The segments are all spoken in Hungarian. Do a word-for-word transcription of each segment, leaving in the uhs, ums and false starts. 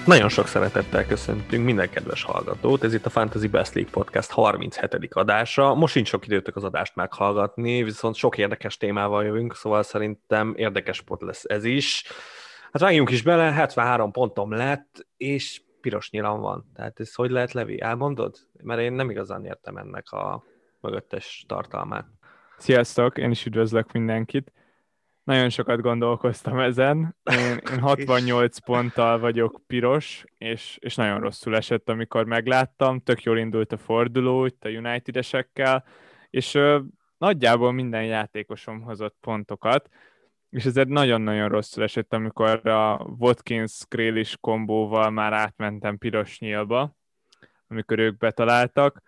Nagyon sok szeretettel köszöntünk minden kedves hallgatót, ez itt a Fantasy Best League Podcast harminchetedik adása. Most sincs sok időtök az adást meghallgatni, viszont sok érdekes témával jövünk, szóval szerintem érdekes pod lesz ez is. Hát vágjunk is bele, hetvenhárom pontom lett, és piros nyilam van. Tehát ez hogy lehet, Levi? Elmondod? Mert én nem igazán értem ennek a mögöttes tartalmát. Sziasztok, én is üdvözlök mindenkit. Nagyon sokat gondolkoztam ezen. Én, én hatvannyolc ponttal vagyok piros, és, és nagyon rosszul esett, amikor megláttam. Tök jól indult a forduló, itt a United-esekkel, és ö, nagyjából minden játékosom hozott pontokat, és ezért nagyon-nagyon rosszul esett, amikor a Watkins-Grealish kombóval már átmentem piros nyílba, amikor ők betaláltak.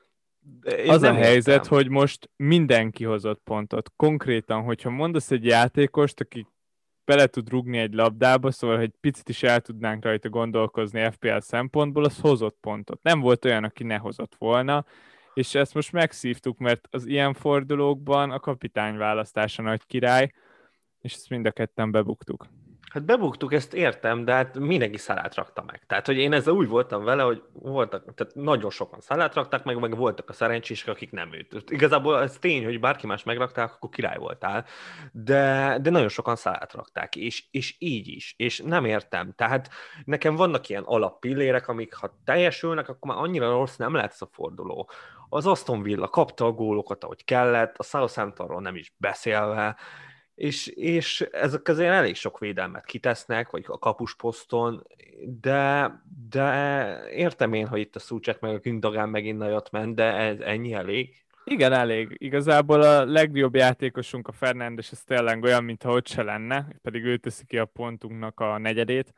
Az a helyzet, értem. Hogy most mindenki hozott pontot. Konkrétan, hogyha mondasz egy játékost, aki bele tud rugni egy labdába, szóval, hogy picit is el tudnánk rajta gondolkozni ef pé el szempontból, az hozott pontot. Nem volt olyan, aki ne hozott volna, és ezt most megszívtuk, mert az ilyen fordulókban a kapitány választása nagy király, és ezt mind a ketten bebuktuk. Hát bebuktuk, ezt értem, de hát mindenki Szalát rakta meg. Tehát, hogy én ezzel úgy voltam vele, hogy voltak, tehát nagyon sokan Szalát rakták meg, meg voltak a szerencsések, akik nem őt. Igazából ez tény, hogy bárki más megrakták, akkor király voltál, de, de nagyon sokan Szalát rakták, és, és így is, és nem értem. Tehát nekem vannak ilyen alappillérek, amik ha teljesülnek, akkor már annyira rossz nem lehet ez a forduló. Az Aston Villa kapta a gólokat, ahogy kellett, a Southamptonról nem is beszélve, És, és ezek azért elég sok védelmet kitesznek, vagy a kapusposzton, de, de értem én, hogy itt a Souček meg a Gündogan megint nagyot ment, de ez ennyi elég? Igen, elég. Igazából a legjobb játékosunk, a Fernandes, ez tényleg olyan, mintha ott se lenne, pedig ő teszi ki a pontunknak a negyedét.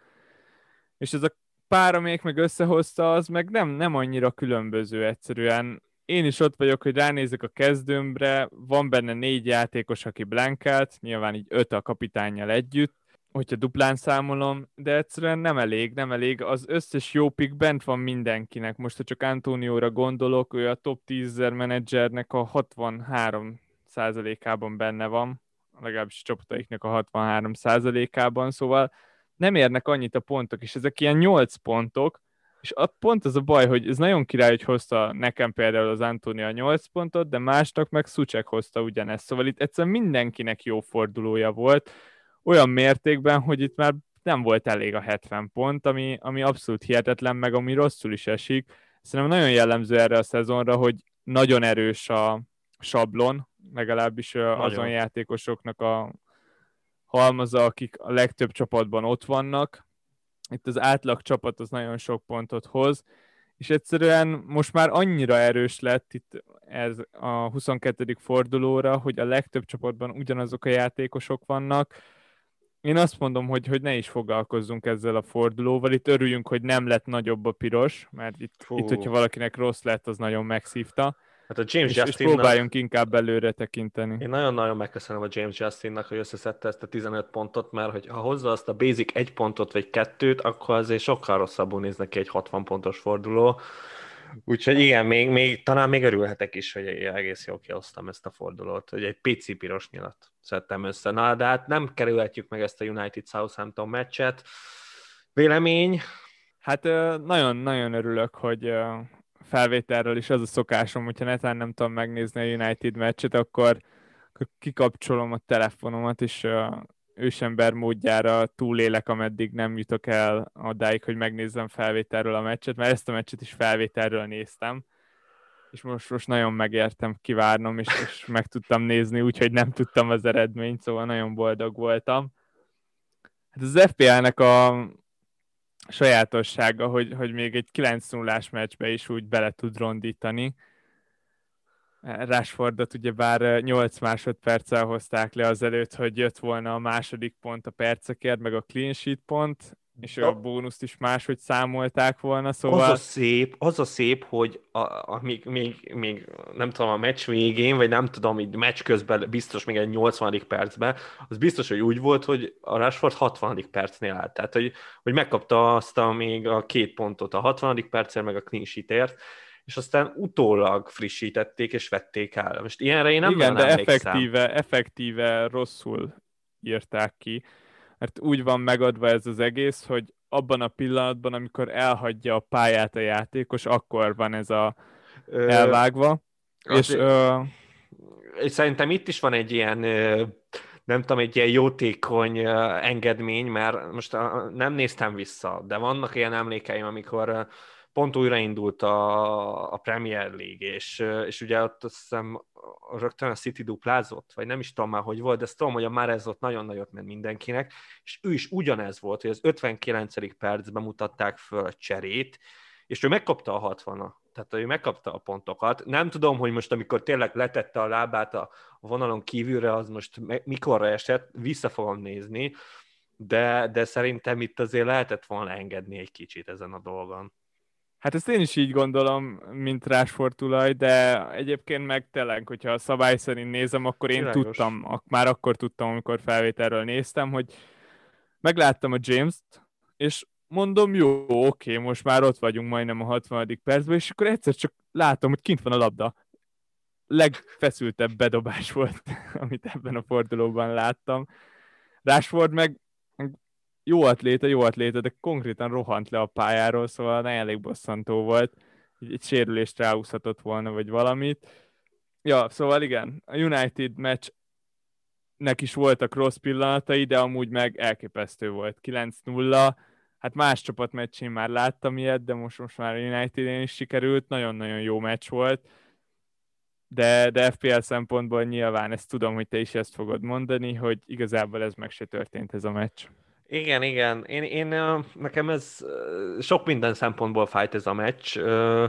És ez a pár, amelyik meg összehozta, az meg nem, nem annyira különböző egyszerűen. Én is ott vagyok, hogy ránézek a kezdőmbre, van benne négy játékos, aki blankelt, nyilván így öt a kapitánnyal együtt, hogyha duplán számolom, de egyszerűen nem elég, nem elég. Az összes jó pick bent van mindenkinek. Most, ha csak Antónióra gondolok, ő a top tízezer menedzsernek a hatvanhárom százalékában benne van, legalábbis a csapataiknak a hatvanhárom százalékában, szóval nem érnek annyit a pontok, és ezek ilyen nyolc pontok, és a pont az a baj, hogy ez nagyon király, hogy hozta nekem például az Antónia nyolc pontot, de másnak meg Souček hozta ugyanezt. Szóval itt egyszerűen mindenkinek jó fordulója volt, olyan mértékben, hogy itt már nem volt elég a hetven pont, ami, ami abszolút hihetetlen, meg ami rosszul is esik. Szerintem nagyon jellemző erre a szezonra, hogy nagyon erős a sablon, legalábbis nagyon. Azon játékosoknak a halmaza, akik a legtöbb csapatban ott vannak. Itt az átlag csapat az nagyon sok pontot hoz, és egyszerűen most már annyira erős lett itt ez a huszonkettedik fordulóra, hogy a legtöbb csapatban ugyanazok a játékosok vannak. Én azt mondom, hogy, hogy ne is foglalkozzunk ezzel a fordulóval, itt örüljünk, hogy nem lett nagyobb a piros, mert itt, itt hogyha valakinek rossz lett, az nagyon megszívta. Hát a James és, Justinnak... és próbáljunk inkább előre tekinteni. Én nagyon-nagyon megköszönöm a James Justinnak, hogy összeszedte ezt a tizenöt pontot, mert hogy ha hozza azt a basic egy pontot vagy kettőt, akkor azért sokkal rosszabbul néz neki egy hatvan pontos forduló. Úgyhogy igen, még, még, talán még örülhetek is, hogy egész jól kihoztam ezt a fordulót, hogy egy pici piros nyilat szedtem össze. Na, de hát nem kerülhetjük meg ezt a United Southampton meccset. Vélemény? Hát nagyon-nagyon örülök, hogy felvételről is az a szokásom, hogyha netán nem tudom megnézni a United meccset, akkor, akkor kikapcsolom a telefonomat, és ősember módjára túlélek, ameddig nem jutok el odáig, hogy megnézzem felvételről a meccset, mert ezt a meccset is felvételről néztem, és most, most nagyon megértem kivárnom, és, és meg tudtam nézni, úgyhogy nem tudtam az eredményt, szóval nagyon boldog voltam. Hát az ef pé el-nek a sajátossága, hogy, hogy még egy kilenc nullás meccsbe is úgy bele tud rondítani. Rashfordot ugyebár nyolc másodperccel hozták le azelőtt, hogy jött volna a második pont a percekért, meg a clean sheet pont, és a bónuszt is máshogy számolták volna, szóval... Az a szép, az a szép, hogy a, a, még, még, még nem tudom, a meccs végén, vagy nem tudom, így meccs közben, biztos még egy nyolcvanadik percben, az biztos, hogy úgy volt, hogy a Rashford hatvanadik percnél állt. Tehát, hogy, hogy megkapta azt a még a két pontot a hatvanadik percért, meg a clean sheetért, és aztán utólag frissítették és vették el. Most ilyenre én nem Igen, de emlékszem. effektíve, effektíve rosszul írták ki, mert úgy van megadva ez az egész, hogy abban a pillanatban, amikor elhagyja a pályát a játékos, akkor van ez a Ö, elvágva. az, És ö, és szerintem itt is van egy ilyen, ö, nem tudom, egy ilyen jótékony ö, engedmény, mert most ö, nem néztem vissza, de vannak ilyen emlékeim, amikor ö, pont újraindult a, a Premier League, és, ö, és ugye ott azt hiszem rögtön a City duplázott, vagy nem is tudom már, hogy volt, de ezt tudom, hogy a Mahrez ott nagyon nagyot ment mindenkinek, és ő is ugyanez volt, hogy az ötvenkilencedik percben mutatták föl a cserét, és ő megkapta a hatvanat. Tehát ő megkapta a pontokat. Nem tudom, hogy most amikor tényleg letette a lábát a vonalon kívülre, az most mikorra esett, vissza fogom nézni, de, de szerintem itt azért lehetett volna engedni egy kicsit ezen a dolgon. hát ezt én is így gondolom, mint Rashford tulaj, de egyébként meg tényleg, hogyha a szabály szerint nézem, akkor én Világos. tudtam, ak- már akkor tudtam, amikor felvételről néztem, hogy megláttam a James-t, és mondom, jó, oké, most már ott vagyunk majdnem a hatvanadik percben, és akkor egyszer csak látom, hogy kint van a labda. Legfeszültebb bedobás volt, amit ebben a fordulóban láttam. Rashford meg jó atléta, jó atléta, de konkrétan rohant le a pályáról, szóval elég bosszantó volt. Egy, egy sérülést ráúszhatott volna, vagy valamit. Ja, szóval igen, a United meccsnek is voltak rossz pillanatai, de amúgy meg elképesztő volt. kilenc nulla, hát más csapat meccsén már láttam ilyet, de most, most már a United-én is sikerült, nagyon-nagyon jó meccs volt. De, de ef pé el szempontból nyilván ezt tudom, hogy te is ezt fogod mondani, hogy igazából ez meg se történt ez a meccs. Igen, igen. Én, én, ö, nekem ez ö, sok minden szempontból fájt ez a meccs. Ö,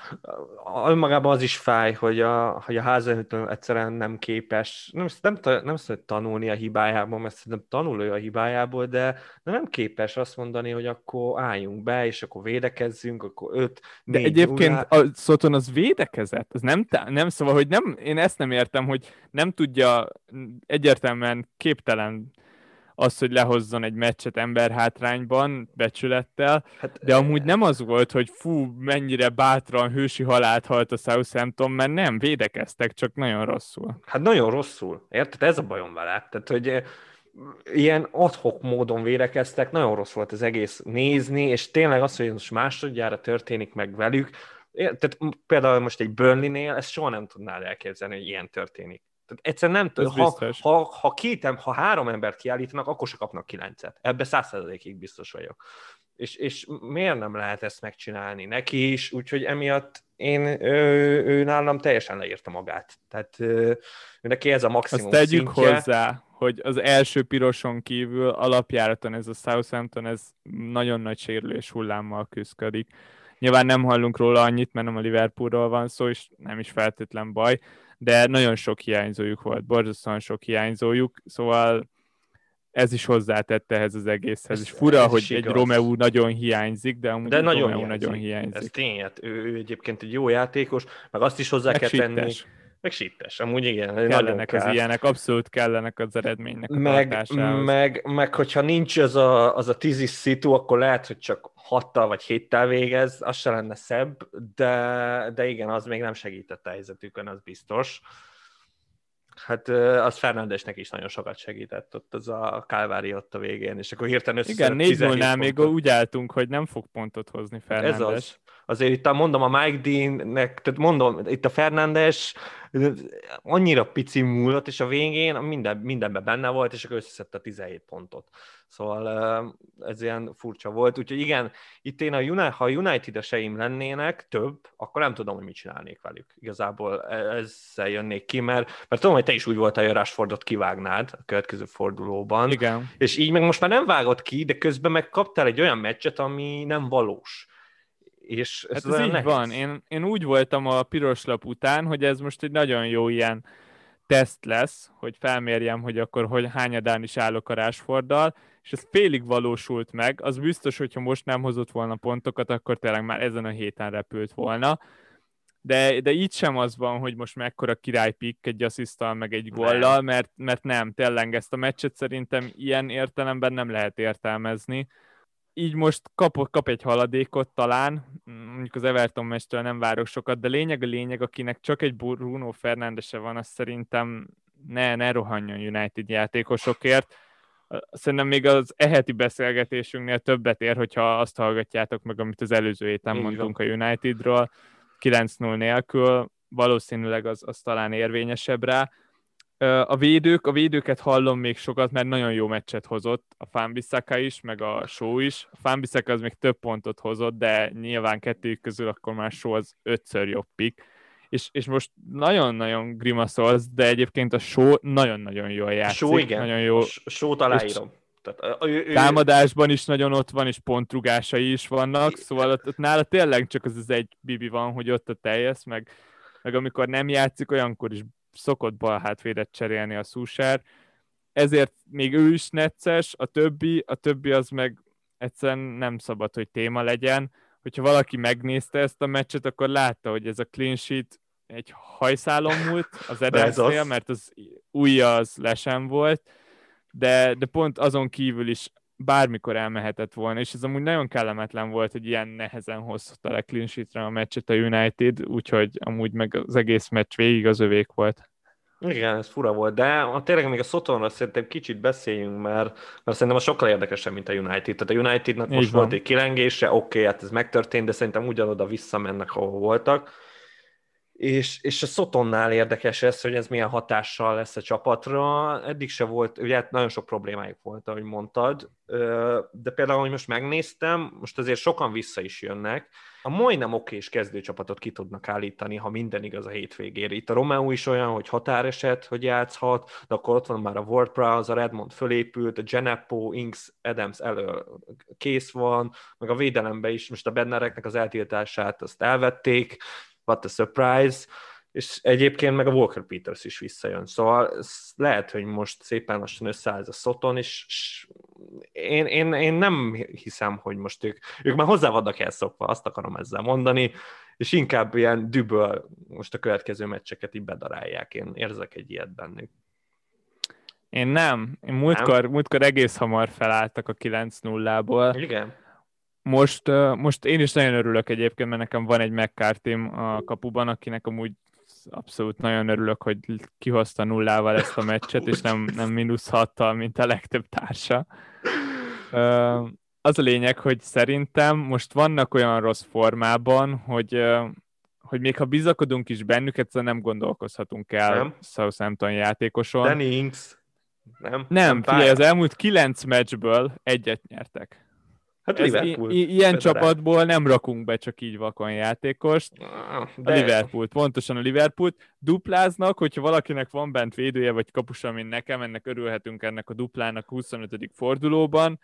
Önmagában az is fáj, hogy a, hogy a Hazenhüttl egyszerűen nem képes, nem, nem, ta- nem szeret tanulni a hibájából, mert szerintem tanul ő a hibájából, de, de nem képes azt mondani, hogy akkor álljunk be, és akkor védekezzünk, akkor öt De négy egyébként nulla. a Soton az védekezett, az nem, tá- nem szóval, hogy nem, én ezt nem értem, hogy nem tudja, egyértelműen képtelen az, hogy lehozzon egy meccset emberhátrányban, becsülettel, Hát de amúgy nem az volt, hogy fú, mennyire bátran hősi halált halt a Southampton, mert nem, védekeztek, csak nagyon rosszul. Hát nagyon rosszul, érted? Ez a bajom vele. Tehát, hogy eh, ilyen ad-hoc módon védekeztek, nagyon rossz volt az egész nézni, és tényleg az, hogy most másodjára történik meg velük, é- tehát m- például most egy Burnley-nél ezt soha nem tudnád elképzelni, hogy ilyen történik. Tehát egyszerűen nem Ez tud, ha, biztos. ha, ha, két, em- ha három embert kiállítanak, akkor se kapnak kilencet. Ebbe száz százalékig biztos vagyok. És, és miért nem lehet ezt megcsinálni neki is, úgyhogy emiatt én, ő, ő nálam teljesen leírta magát. Tehát ő, neki ez a Azt maximum tegyük szintje. hozzá, hogy az első piroson kívül alapjáraton ez a Southampton, ez nagyon nagy sérülés hullámmal küzdik. Nyilván nem hallunk róla annyit, mert nem a Liverpoolról van szó, és nem is feltétlen baj, de nagyon sok hiányzójuk volt, borzasztóan sok hiányzójuk, szóval ez is hozzátette ehhez az egészhez. És Ez, fura, ez hogy is egy igaz. Romeu nagyon hiányzik, de amúgy De egy nagyon Romeu nagyon hiányzik. Ez hiányzik. tény, hát ő, ő egyébként egy jó játékos, meg azt is hozzá Meg kell tenni. sittes. Meg sittes, amúgy igen, nagyon Kellenek az kell. ilyenek, abszolút kellenek az eredménynek a Meg, tartásához. meg, meg, hogyha nincs az a, az a tízis szitu, akkor lehet, hogy csak hattal vagy héttel végez, az se lenne szebb, de, de igen, az még nem segített a helyzetükön, az biztos. Hát ö, az Fernandesnek is nagyon sokat segített ott az a kálvári ott a végén, és akkor hirtelen Igen, összeszedett négy tizenhét nullnál még pontot. úgy álltunk, hogy nem fog pontot hozni Hát ez Fernándes. az. Azért itt a, mondom a Mike Dean-nek, tehát mondom, itt a Fernandes annyira pici múlott, és a végén minden, mindenben benne volt, és akkor összeszedte a tizenhét pontot. Szóval ez ilyen furcsa volt. Úgyhogy igen, itt én a United, ha a United-eseim lennének több, akkor nem tudom, hogy mit csinálnék velük. Igazából ezzel jönnék ki, mert, mert tudom, hogy te is úgy voltál, hogy a Rashfordot kivágnád a következő fordulóban. Igen. És így meg most már nem vágott ki, de közben meg kaptál egy olyan meccset, ami nem valós. És ez, Hát ez így nehéz. van. Én, én úgy voltam a piros lap után, hogy ez most egy nagyon jó ilyen teszt lesz, hogy felmérjem, hogy akkor hogy hányadán is állok a Rashforddal, és ez félig valósult meg. Az biztos, hogyha most nem hozott volna pontokat, akkor tényleg már ezen a héten repült volna. De, de így sem az van, hogy most mekkora királypikk egy asszisztal, meg egy gollal, mert, mert nem, tényleg ezt a meccset szerintem ilyen értelemben nem lehet értelmezni. Így most kap, kap egy haladékot talán, mondjuk az Everton meccstől nem várok sokat, de lényeg a lényeg, akinek csak egy Bruno Fernandes van, az szerintem ne, ne rohanjon United játékosokért. Szerintem még az eheti beszélgetésünknél többet ér, hogyha azt hallgatjátok meg, amit az előző héten Így mondtunk van. a Unitedról, kilenc null nélkül, valószínűleg az, az talán érvényesebb rá. A védők, a védőket hallom még sokat, mert nagyon jó meccset hozott a Wan-Bissaka is, meg a Shaw is. A Wan-Bissaka az még több pontot hozott, de nyilván kettőjük közül akkor már Shaw az ötször jobb pick. És, és most nagyon-nagyon grimaszolsz, de egyébként a Shaw nagyon-nagyon jól A játszik. Shaw, igen. Nagyon jó. A Shaw-t aláírom. Tehát, ő, ő... Támadásban is nagyon ott van, és pontrugásai is vannak, szóval ott, ott nála tényleg csak az az egy bibi van, hogy ott a teljes, meg, meg amikor nem játszik, olyankor is szokott balhátvédet cserélni a Szúsár, ezért még ő is necces, a többi, a többi az meg egyszerűen nem szabad, hogy téma legyen. Hogyha valaki megnézte ezt a meccset, akkor látta, hogy ez a clean sheet egy hajszálon múlt az Adamsnél, mert az újja az lesen volt, de, de pont azon kívül is bármikor elmehetett volna, és ez amúgy nagyon kellemetlen volt, hogy ilyen nehezen hozta le clean sheetre a meccset a United, úgyhogy amúgy meg az egész meccs végig az övék volt. Igen, ez fura volt, de tényleg még a Sotonra szerintem kicsit beszéljünk, mert, mert szerintem az sokkal érdekesebb, mint a United. Tehát a Unitednak most Így van. volt egy kilengése, oké, okay, hát ez megtörtént, de szerintem ugyanoda visszamennek, ahol voltak. És, és a Sotonnál érdekes ez, hogy ez milyen hatással lesz a csapatra. Eddig se volt, ugye hát nagyon sok problémájuk volt, ahogy mondtad, de például, hogy most megnéztem, most azért sokan vissza is jönnek, a majdnem okés kezdőcsapatot ki tudnak állítani, ha minden igaz a hétvégére. Itt a Romeo is olyan, hogy határeset, hogy játszhat, de akkor ott van már a Ward-Prowse, a Redmond fölépült, a Djenepo, Ings, Adams elő kész van, meg a védelembe is, most a Bednareknek az eltiltását azt elvették, what a surprise, és egyébként meg a Walker Peters is visszajön. Szóval lehet, hogy most szépen lassan összeáll ez a Soton, és, és én, én, én nem hiszem, hogy most ők, ők már hozzá vannak elszokva, azt akarom ezzel mondani, és inkább ilyen düböl most a következő meccseket így bedarálják. Én érzek egy ilyet bennük. Én nem. Én múltkor, nem? múltkor egész hamar felálltak a kilenc nullából. Igen. Most, most én is nagyon örülök egyébként, mert nekem van egy McCarthy-m a kapuban, akinek amúgy abszolút nagyon örülök, hogy kihozta nullával ezt a meccset, és nem, nem mínusz hattal, mint a legtöbb társa. Az a lényeg, hogy szerintem most vannak olyan rossz formában, hogy, hogy még ha bizakodunk is bennük, egyszerűen nem gondolkozhatunk el nem. Southampton játékoson. Danny Ings. Nem, nem, nem figyelj, az elmúlt kilenc meccsből egyet nyertek. Hát Liverpool. I- ilyen csapatból nem rakunk be csak így vakon játékost. De... A Liverpool, pontosan a Liverpoolt. Dupláznak, hogyha valakinek van bent védője vagy kapusa, mint nekem, ennek örülhetünk ennek a duplának huszonötödik fordulóban.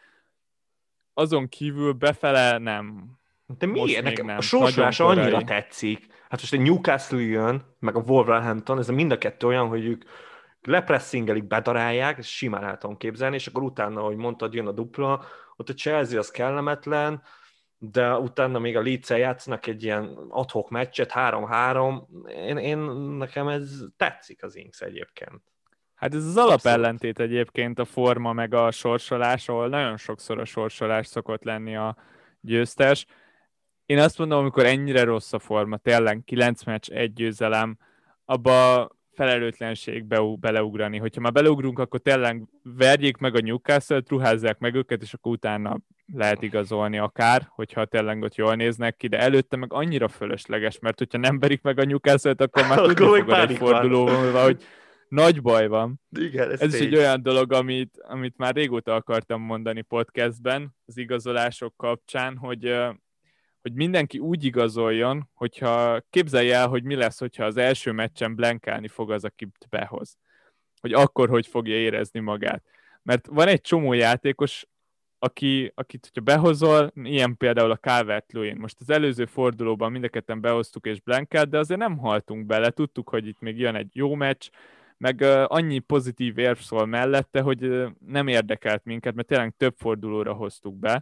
Azon kívül befele nem. De miért? Nekem a sorsolás annyira tetszik. Hát most egy Newcastle jön, meg a Wolverhampton, ez mind a kettő olyan, hogy ők lepressingelik, bedarálják, ezt simán el tudom képzelni, és akkor utána, ahogy mondtad, jön a dupla, ott a Chelsea az kellemetlen, de utána még a Leeds-el játszanak egy ilyen ad-hoc meccset, három-három. Én, én, nekem ez tetszik az Ings egyébként. Hát ez az alapellentét egyébként, a forma meg a sorsolás, ahol nagyon sokszor a sorsolás szokott lenni a győztes. Én azt mondom, amikor ennyire rossz a forma, tényleg kilenc meccs, egy győzelem, abba felelőtlenségbe beleugrani. Hogyha már beleugrunk, akkor tényleg verjék meg a Newcastle-t, ruházzák meg őket, és akkor utána lehet igazolni akár, hogyha tényleg ott jól néznek ki, de előtte meg annyira fölösleges, mert hogyha nem verik meg a Newcastle-t, akkor már tudni fogod egy fordulóban, hogy nagy baj van. Igen, ez ez is egy olyan dolog, amit, amit már régóta akartam mondani podcastben, az igazolások kapcsán, hogy hogy mindenki úgy igazoljon, hogyha képzelj el, hogy mi lesz, hogyha az első meccsen blankálni fog az, akit behoz. Hogy akkor hogy fogja érezni magát. Mert van egy csomó játékos, aki, akit, hogyha behozol, ilyen például a Calvert-Lewin. Most az előző fordulóban mind a ketten behoztuk és blankált, de azért nem haltunk bele. Tudtuk, hogy itt még jön egy jó meccs, meg uh, annyi pozitív érv szól mellette, hogy uh, nem érdekelt minket, mert tényleg több fordulóra hoztuk be.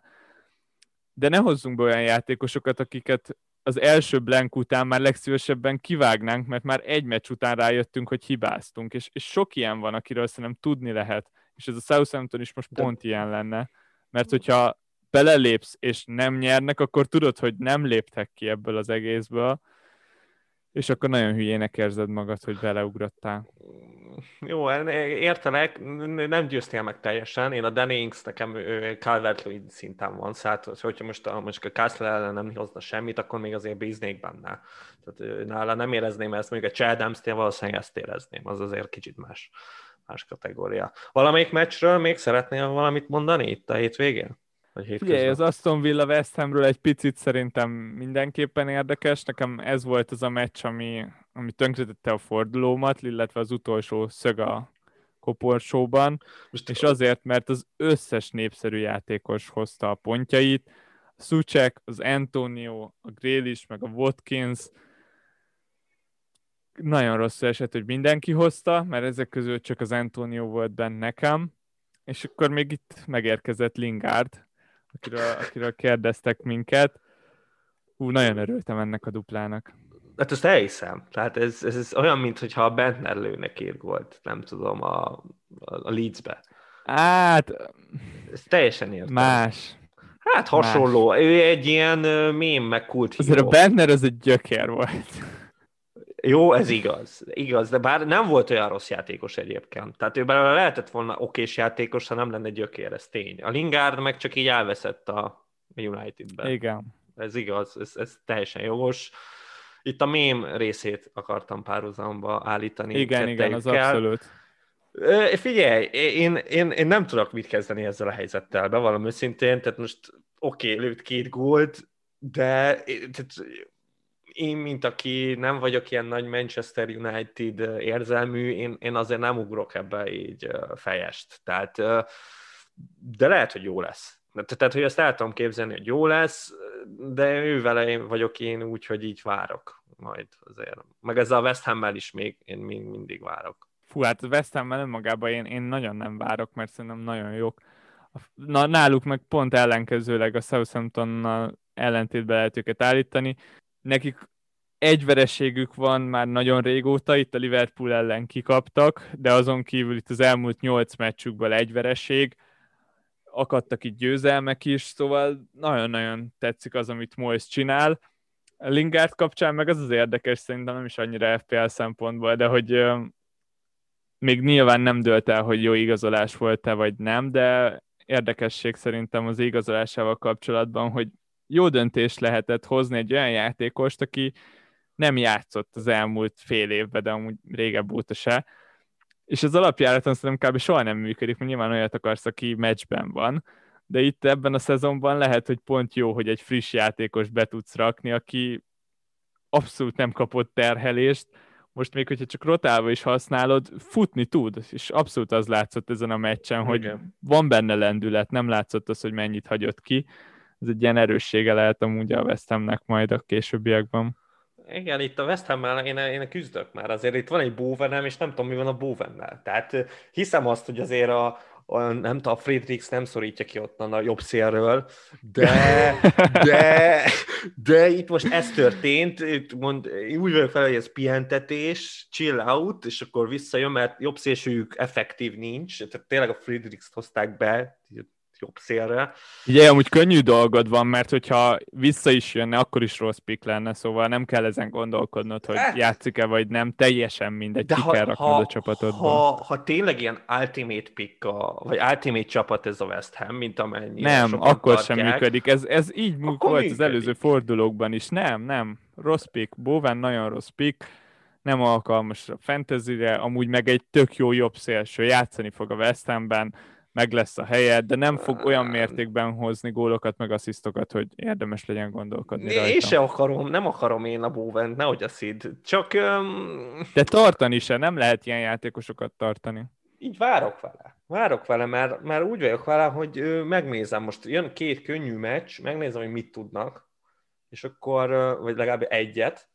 De ne hozzunk be olyan játékosokat, akiket az első blank után már legszívesebben kivágnánk, mert már egy meccs után rájöttünk, hogy hibáztunk, és, és sok ilyen van, akiről szerintem tudni lehet, és ez a Southampton is most pont De... ilyen lenne, mert hogyha belelépsz és nem nyernek, akkor tudod, hogy nem léptek ki ebből az egészből, És akkor nagyon hülyének érzed magad, hogy beleugrottál. Jó, értelek, nem győztél meg teljesen. Én a Danny Ings nekem Calvert-Lewin szinten van, szóval hogyha most a, most a Castle ellen nem hozna semmit, akkor még azért bíznék benne. Tehát nála nem érezném ezt, mondjuk a Chad Adams-nél valószínűleg ezt érezném, az azért kicsit más, más kategória. Valamelyik meccsről még szeretnél valamit mondani itt a hétvégén? Figyelj, az Aston Villa West Hamről egy picit szerintem mindenképpen érdekes. Nekem ez volt az a meccs, ami, ami tönkretette a fordulómat, illetve az utolsó szög a koporsóban. Most és azért, mert az összes népszerű játékos hozta a pontjait. A Souček, az Antonio, a Grealish, meg a Watkins. Nagyon rosszul esett, hogy mindenki hozta, mert ezek közül csak az Antonio volt benne nekem. És akkor még itt megérkezett Lingard, akiről, akiről kérdeztek minket. Hú, nagyon örültem ennek a duplának. Hát ezt elhiszem. Tehát ez, ez, ez olyan, mintha a Bentner lőnek írt volt, nem tudom, a, a, a Leedsbe. Hát... Ez teljesen értem. Más. Hát hasonló. Más. Ő egy ilyen mém, meg kult híró. Azért a Bentner az egy gyökér volt. Jó, ez igaz. Igaz, de bár nem volt olyan rossz játékos egyébként. Tehát ő belőle lehetett volna okés játékos, ha nem lenne gyökér, ez tény. A Lingard meg csak így elveszett a Unitedben. Igen. Ez igaz, ez, ez teljesen jogos. Itt a mém részét akartam párhuzamba állítani. Igen, igen, az abszolút. Figyelj, én, én, én nem tudok mit kezdeni ezzel a helyzettel, bevallom őszintén, tehát most oké, okay, lőtt két gólt, de tehát, én, mint aki nem vagyok ilyen nagy Manchester United érzelmű, én, én azért nem ugrok ebbe így fejest. Tehát, de lehet, hogy jó lesz. Tehát, hogy ezt el tudom képzelni, hogy jó lesz, de ő vele vagyok én úgy, hogy így várok majd azért. Meg ezzel a West Hammel is még én még mindig várok. Fú, hát a West Hammel önmagában én, én nagyon nem várok, mert szerintem nagyon jók. Na, náluk meg pont ellenkezőleg a Southamptonnal ellentétben lehet őket állítani. Nekik egy vereségük van már nagyon régóta, itt a Liverpool ellen kikaptak, de azon kívül itt az elmúlt nyolc meccsükből egy vereség, akadtak itt győzelmek is, szóval nagyon-nagyon tetszik az, amit Moyes csinál. A Lingard kapcsán meg az az érdekes, szerintem nem is annyira ef pé el szempontból, de hogy euh, még nyilván nem dőlt el, hogy jó igazolás volt-e vagy nem, de érdekesség szerintem az igazolásával kapcsolatban, hogy jó döntést lehetett hozni egy olyan játékost, aki nem játszott az elmúlt fél évben, de amúgy régebb óta se. És az alapjáraton szerintem kb. Soha nem működik, mert nyilván olyat akarsz, aki meccsben van, de itt ebben a szezonban lehet, hogy pont jó, hogy egy friss játékos be tudsz rakni, aki abszolút nem kapott terhelést, most még, hogyha csak rotálva is használod, futni tud, és abszolút az látszott ezen a meccsen, okay, hogy van benne lendület, nem látszott az, hogy mennyit hagyott ki. Ez egy ilyen erőssége lehet amúgy a West Hamnek majd a későbbiekben. Igen, itt a West Hammel én, én küzdök már, azért itt van egy Bowenem, és nem tudom, mi van a Bowennel. Tehát hiszem azt, hogy azért a, a nem tudom, a Friedrichs nem szorítja ki ott a jobb szélről, de, de, de itt most ez történt, itt mond, úgy vagyok fel, hogy ez pihentetés, chill out, és akkor visszajön, mert jobb szélsőjük effektív nincs, tehát tényleg a Friedrichs-t hozták be, jobb szélre. Ugye, amúgy könnyű dolgod van, mert hogyha vissza is jönne, akkor is rossz pick lenne, szóval nem kell ezen gondolkodnod, hogy hát, játszik-e vagy nem, teljesen mindegy, ki kell raknod ha, a csapatodban. Ha, ha tényleg ilyen ultimate pick, a, vagy ultimate csapat ez a West Ham, mint amennyi. Nem, akkor tartják, sem működik. Ez, ez így volt működik. Az előző fordulókban is. Nem, nem. Rossz pick. Bowen nagyon rossz pick. Nem alkalmas a fantasyre, amúgy meg egy tök jó jobb szélső. Játszani fog a West Hamben, meg lesz a helyed, de nem fog olyan mértékben hozni gólokat, meg asszisztokat, hogy érdemes legyen gondolkodni rajta. Én sem akarom, nem akarom én a Bowent, nehogy a Sid. Csak... Um... De tartani se, nem lehet ilyen játékosokat tartani. Így várok vele. Várok vele, mert, mert úgy vagyok vele, hogy ö, megnézem, most jön két könnyű meccs, megnézem, hogy mit tudnak, és akkor, ö, vagy legalább egyet,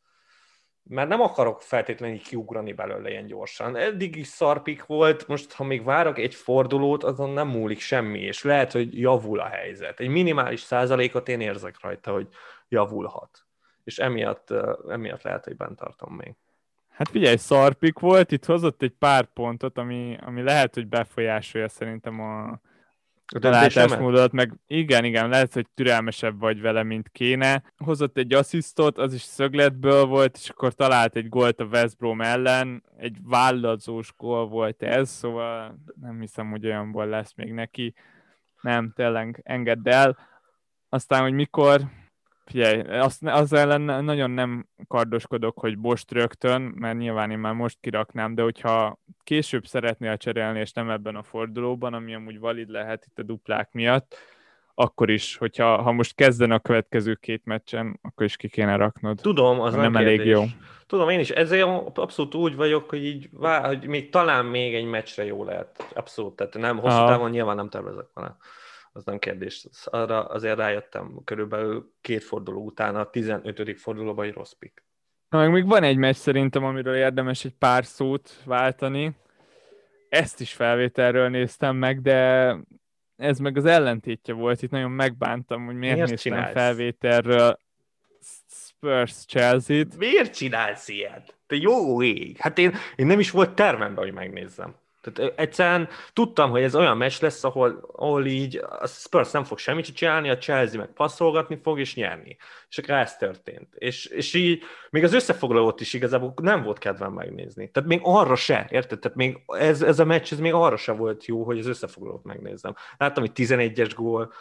mert nem akarok feltétlenül kiugrani belőle ilyen gyorsan. Eddig is szarpik volt, most ha még várok egy fordulót, azon nem múlik semmi, és lehet, hogy javul a helyzet. Egy minimális százalékot én érzek rajta, hogy javulhat. És emiatt, emiatt lehet, hogy bent tartom még. Hát figyelj, szarpik volt, itt hozott egy pár pontot, ami, ami lehet, hogy befolyásolja szerintem a, A döntésemet? belátásmódot, meg igen, igen, lehet, hogy türelmesebb vagy vele, mint kéne. Hozott egy asszisztot, az is szögletből volt, és akkor talált egy gólt a West Brom ellen, egy vállalkozós gól volt ez, szóval nem hiszem, hogy olyanból lesz még neki. Nem, tényleg engedd el. Aztán, hogy mikor, figyelj, azt, az ellen nagyon nem kardoskodok, hogy most rögtön, mert nyilván én már most kiraknám, de hogyha később szeretnél cserélni, és nem ebben a fordulóban, ami amúgy valid lehet itt a duplák miatt, akkor is, hogyha ha most kezden a következő két meccsen, akkor is ki kéne raknod. Tudom, az nem Nem elég jó. kérdés. Tudom, én is ezért abszolút úgy vagyok, hogy így, vá- hogy még talán még egy meccsre jó lehet. Abszolút, tehát nem, hosszú Aha. távon nyilván nem tervezek vele. Az nem kérdés. Arra azért rájöttem körülbelül két forduló után, a tizenötödik fordulóban egy rossz pick. Na, meg még van egy meccs szerintem, amiről érdemes egy pár szót váltani. Ezt is felvételről néztem meg, de ez meg az ellentétje volt. Itt nagyon megbántam, hogy miért, Miért néztem csinálsz? felvételről Spurs Chelsea-t. Miért csinálsz ilyet? Te jó ég! Hát én, én nem is volt tervemben, hogy megnézzem. Tehát egyszerűen tudtam, hogy ez olyan meccs lesz, ahol, ahol így a Spurs nem fog semmit csinálni, a Chelsea meg passzolgatni fog és nyerni. És akkor ez történt. És, és így még az összefoglalót is igazából nem volt kedvem megnézni. Tehát még arra se, érted? Tehát még ez, ez a meccs, ez még arra se volt jó, hogy az összefoglalót megnézzem. Láttam, hogy tizenegyes gól,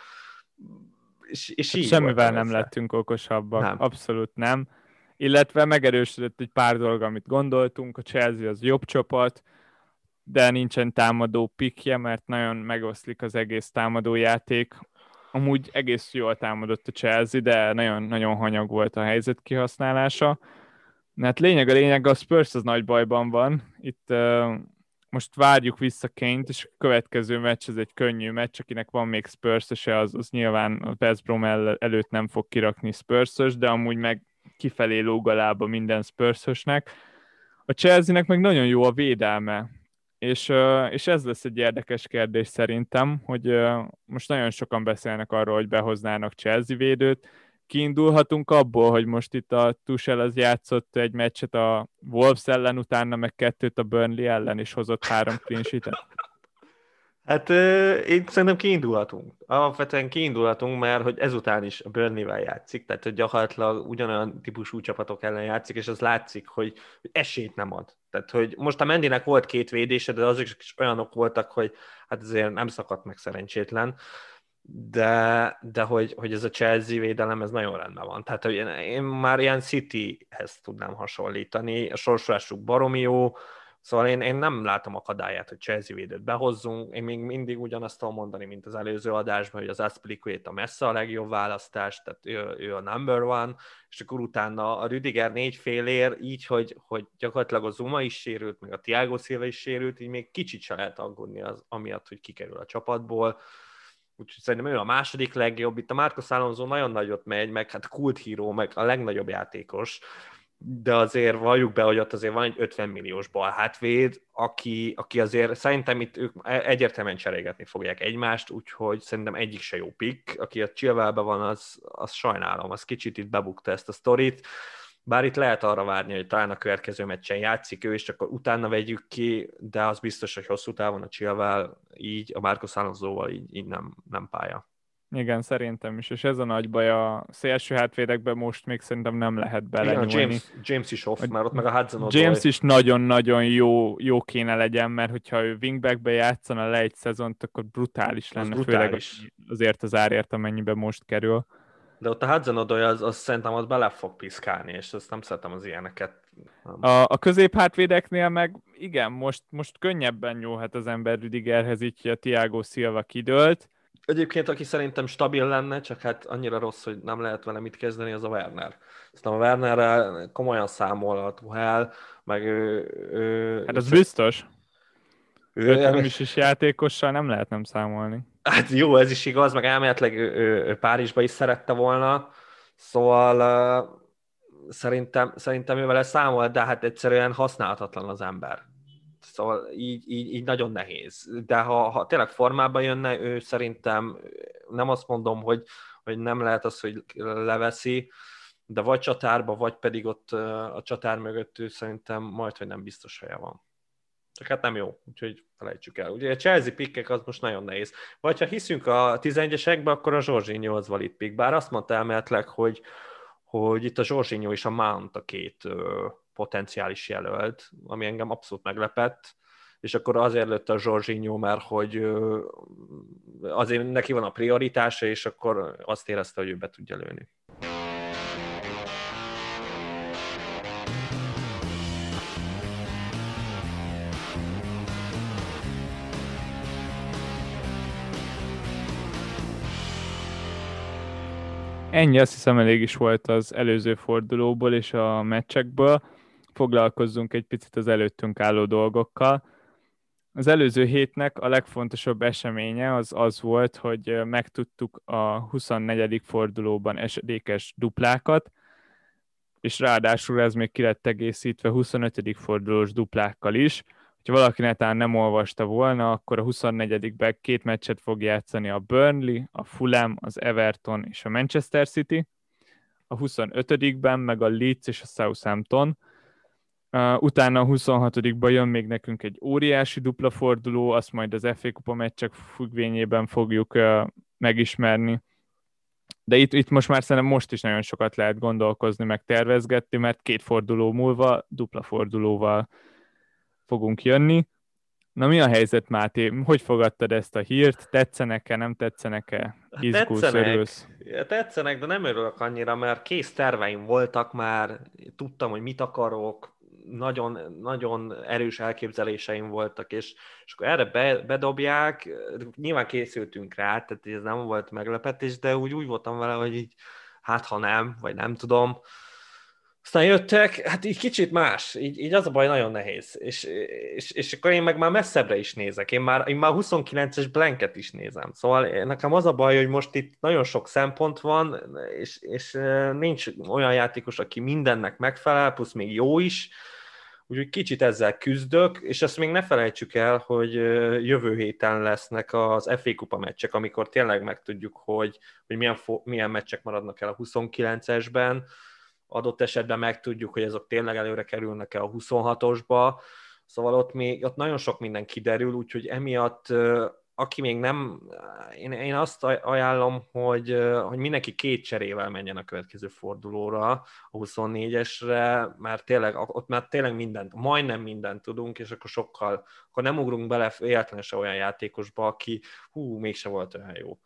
és, és Hát így semmivel nem ezzel. lettünk okosabbak, Nem. abszolút nem. Illetve megerősödött egy pár dolog, amit gondoltunk, a Chelsea az jobb csapat, de nincsen támadó pikje, mert nagyon megoszlik az egész támadójáték. Amúgy egész jól támadott a Chelsea, de nagyon, nagyon hanyag volt a helyzet kihasználása. Hát lényeg a lényeg, a Spurs az nagy bajban van. Itt uh, most várjuk vissza Kane-t, és a következő meccs, ez egy könnyű meccs, akinek van még Spurs-öse, az, az nyilván a West Brom el, előtt nem fog kirakni Spurs-ös, de amúgy meg kifelé lóg a lába minden Spurs-ösnek. A Chelsea-nek meg nagyon jó a védelme, és, uh, és ez lesz egy érdekes kérdés szerintem, hogy uh, most nagyon sokan beszélnek arról, hogy behoznának Chelsea védőt. Kiindulhatunk abból, hogy most itt a Tuchel az játszott egy meccset a Wolves ellen, utána meg kettőt a Burnley ellen, és hozott három clean sheet-et. Hát euh, én szerintem kiindulhatunk. Alapvetően kiindulhatunk, mert hogy ezután is a Burnley-vel játszik, tehát hogy gyakorlatilag ugyanolyan típusú csapatok ellen játszik, és az látszik, hogy, hogy esélyt nem ad. Tehát, hogy most a Mendynek volt két védése, de azok is olyanok voltak, hogy hát azért nem szakadt meg szerencsétlen, de, de hogy, hogy ez a Chelsea védelem, ez nagyon rendben van. Tehát, hogy én, én már ilyen Cityhez tudnám hasonlítani, a sorsolásuk baromi jó, szóval én, én nem látom akadályát, hogy Chelsea védőt behozzunk. Én még mindig ugyanazt tudom mondani, mint az előző adásban, hogy az Azpilicueta messze a legjobb választás, tehát ő, ő a number one, és akkor utána a Rüdiger négy félér, így, hogy, hogy gyakorlatilag a Zuma is sérült, meg a Thiago Silva is sérült, így még kicsit se lehet aggódni az, amiatt, hogy kikerül a csapatból. Úgyhogy szerintem ő a második legjobb. Itt a Marcos Alonso nagyon nagyot megy, meg hát kult híró, meg a legnagyobb játékos, de azért valljuk be, hogy ott azért van egy ötven milliós balhátvéd, aki, aki azért szerintem itt ők egyértelműen cserélgetni fogják egymást, úgyhogy szerintem egyik se jó pick. Aki a Chilwellben van, az, az sajnálom, az kicsit itt bebukta ezt a sztorit. Bár itt lehet arra várni, hogy talán a következő meccsen játszik ő, és akkor utána vegyük ki, de az biztos, hogy hosszú távon a Chilwell így, a Marcos Alonsoval így, így nem, nem pálya. Igen, szerintem is, és ez a nagy baj a szélső hátvédekben most még szerintem nem lehet belenyúlni. Igen, James, James is off, mert ott meg a Hudson James is nagyon-nagyon jó, jó kéne legyen, mert hogyha ő wingbackbe játszana le egy szezont, akkor brutális lenne, brutális. Főleg azért az árért, amennyiben most kerül. De ott a Hudson az, az szerintem az bele fog piszkálni, és azt nem szeretem az ilyeneket. A, a középhátvédeknél meg igen, most, most könnyebben nyúlhat az ember Rüdigerhez, így a Thiago Silva kidőlt. Egyébként, aki szerintem stabil lenne, csak hát annyira rossz, hogy nem lehet vele mit kezdeni, az a Werner. Aztán a Wernerrel komolyan számol a Tuchel, meg ő... ő hát az ő, biztos. Ő, ötven is játékossal nem lehet nem számolni. Hát jó, ez is igaz, meg elméletileg ő, ő, ő Párizsba is szerette volna, szóval uh, szerintem, szerintem ővel számol, de hát egyszerűen használhatatlan az ember. Szóval így, így, így nagyon nehéz. De ha, ha tényleg formában jönne, ő szerintem, nem azt mondom, hogy, hogy nem lehet az, hogy leveszi, de vagy csatárba, vagy pedig ott a csatár mögött ő szerintem majd, hogy nem biztos helye van. csak hát nem jó, úgyhogy felejtsük el. Ugye a Chelsea pickek az most nagyon nehéz. Vagy ha hiszünk a tizenegyesekbe, akkor a Jorginho az valid pick, bár azt mondta elméletileg, hogy, hogy itt a Jorginho és a Mount a két ö, potenciális jelölt, ami engem abszolút meglepett, és akkor azért lőtt a Jorginho, mert hogy ö, azért neki van a prioritása, és akkor azt érezte, hogy ő be tudja lőni. Ennyi, azt hiszem elég is volt az előző fordulóból és a meccsekből. Foglalkozzunk egy picit az előttünk álló dolgokkal. Az előző hétnek a legfontosabb eseménye az az volt, hogy megtudtuk a huszonnegyedik fordulóban esedékes duplákat, és ráadásul ez még ki lett egészítve huszonötödik fordulós duplákkal is. Ha valaki netán nem olvasta volna, akkor a huszonnegyedikben két meccset fog játszani a Burnley, a Fulham, az Everton és a Manchester City. A huszonötödikben meg a Leeds és a Southampton. Uh, utána a huszonhatodikban jön még nekünk egy óriási dupla forduló, azt majd az ef á Kupa meccsek függvényében fogjuk uh, megismerni. De itt, itt most már szerintem most is nagyon sokat lehet gondolkozni, meg tervezgetni, mert két forduló múlva dupla fordulóval fogunk jönni. Na mi a helyzet, Máté? Hogy fogadtad ezt a hírt? Tetszenek-e, nem tetszenek-e? Izgulsz, Tetszenek, örülsz? tetszenek, de nem örülök annyira, mert kész terveim voltak már, tudtam, hogy mit akarok, nagyon, nagyon erős elképzeléseim voltak, és, és akkor erre be, bedobják, nyilván készültünk rá, tehát ez nem volt meglepetés, de úgy, úgy voltam vele, hogy így, hát ha nem, vagy nem tudom. Aztán jöttek, hát így kicsit más, így, így az a baj, nagyon nehéz, és, és, és akkor én meg már messzebbre is nézek, én már, én már huszonkilences blanket is nézem, szóval nekem az a baj, hogy most itt nagyon sok szempont van, és, és nincs olyan játékos, aki mindennek megfelel, plusz még jó is, úgyhogy kicsit ezzel küzdök, és ezt még ne felejtsük el, hogy jövő héten lesznek az ef á Kupa meccsek, amikor tényleg megtudjuk, hogy, hogy milyen, milyen meccsek maradnak el a huszonkilencesben, adott esetben megtudjuk, hogy azok tényleg előre kerülnek-e a huszonhatosba, szóval ott, még, ott nagyon sok minden kiderül, úgyhogy emiatt, aki még nem, én, én azt ajánlom, hogy, hogy mindenki két cserével menjen a következő fordulóra, a huszonnégyesre, mert tényleg, ott már tényleg mindent, majdnem mindent tudunk, és akkor sokkal, akkor nem ugrunk bele véletlenül se olyan játékosba, aki hú, mégse volt olyan jó.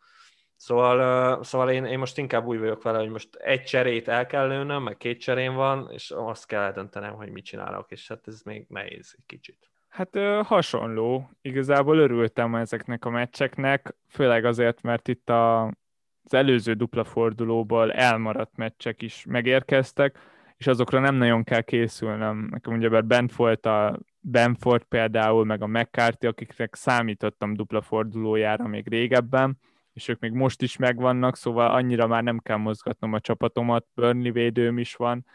Szóval, uh, szóval én, én most inkább úgy vagyok vele, hogy most egy cserét el kell lőnöm, meg két cserén van, és azt kell eldöntenem, hogy mit csinálok, és hát ez még nehéz egy kicsit. Hát ö, hasonló. Igazából örültem ezeknek a meccseknek, főleg azért, mert itt a, az előző dupla fordulóból elmaradt meccsek is megérkeztek, és azokra nem nagyon kell készülnöm. Nekem ugye bent volt a Benford például, meg a McCarthy, akiknek számítottam dupla fordulójára még régebben, és ők még most is megvannak, szóval annyira már nem kell mozgatnom a csapatomat, Burnley védőm is van.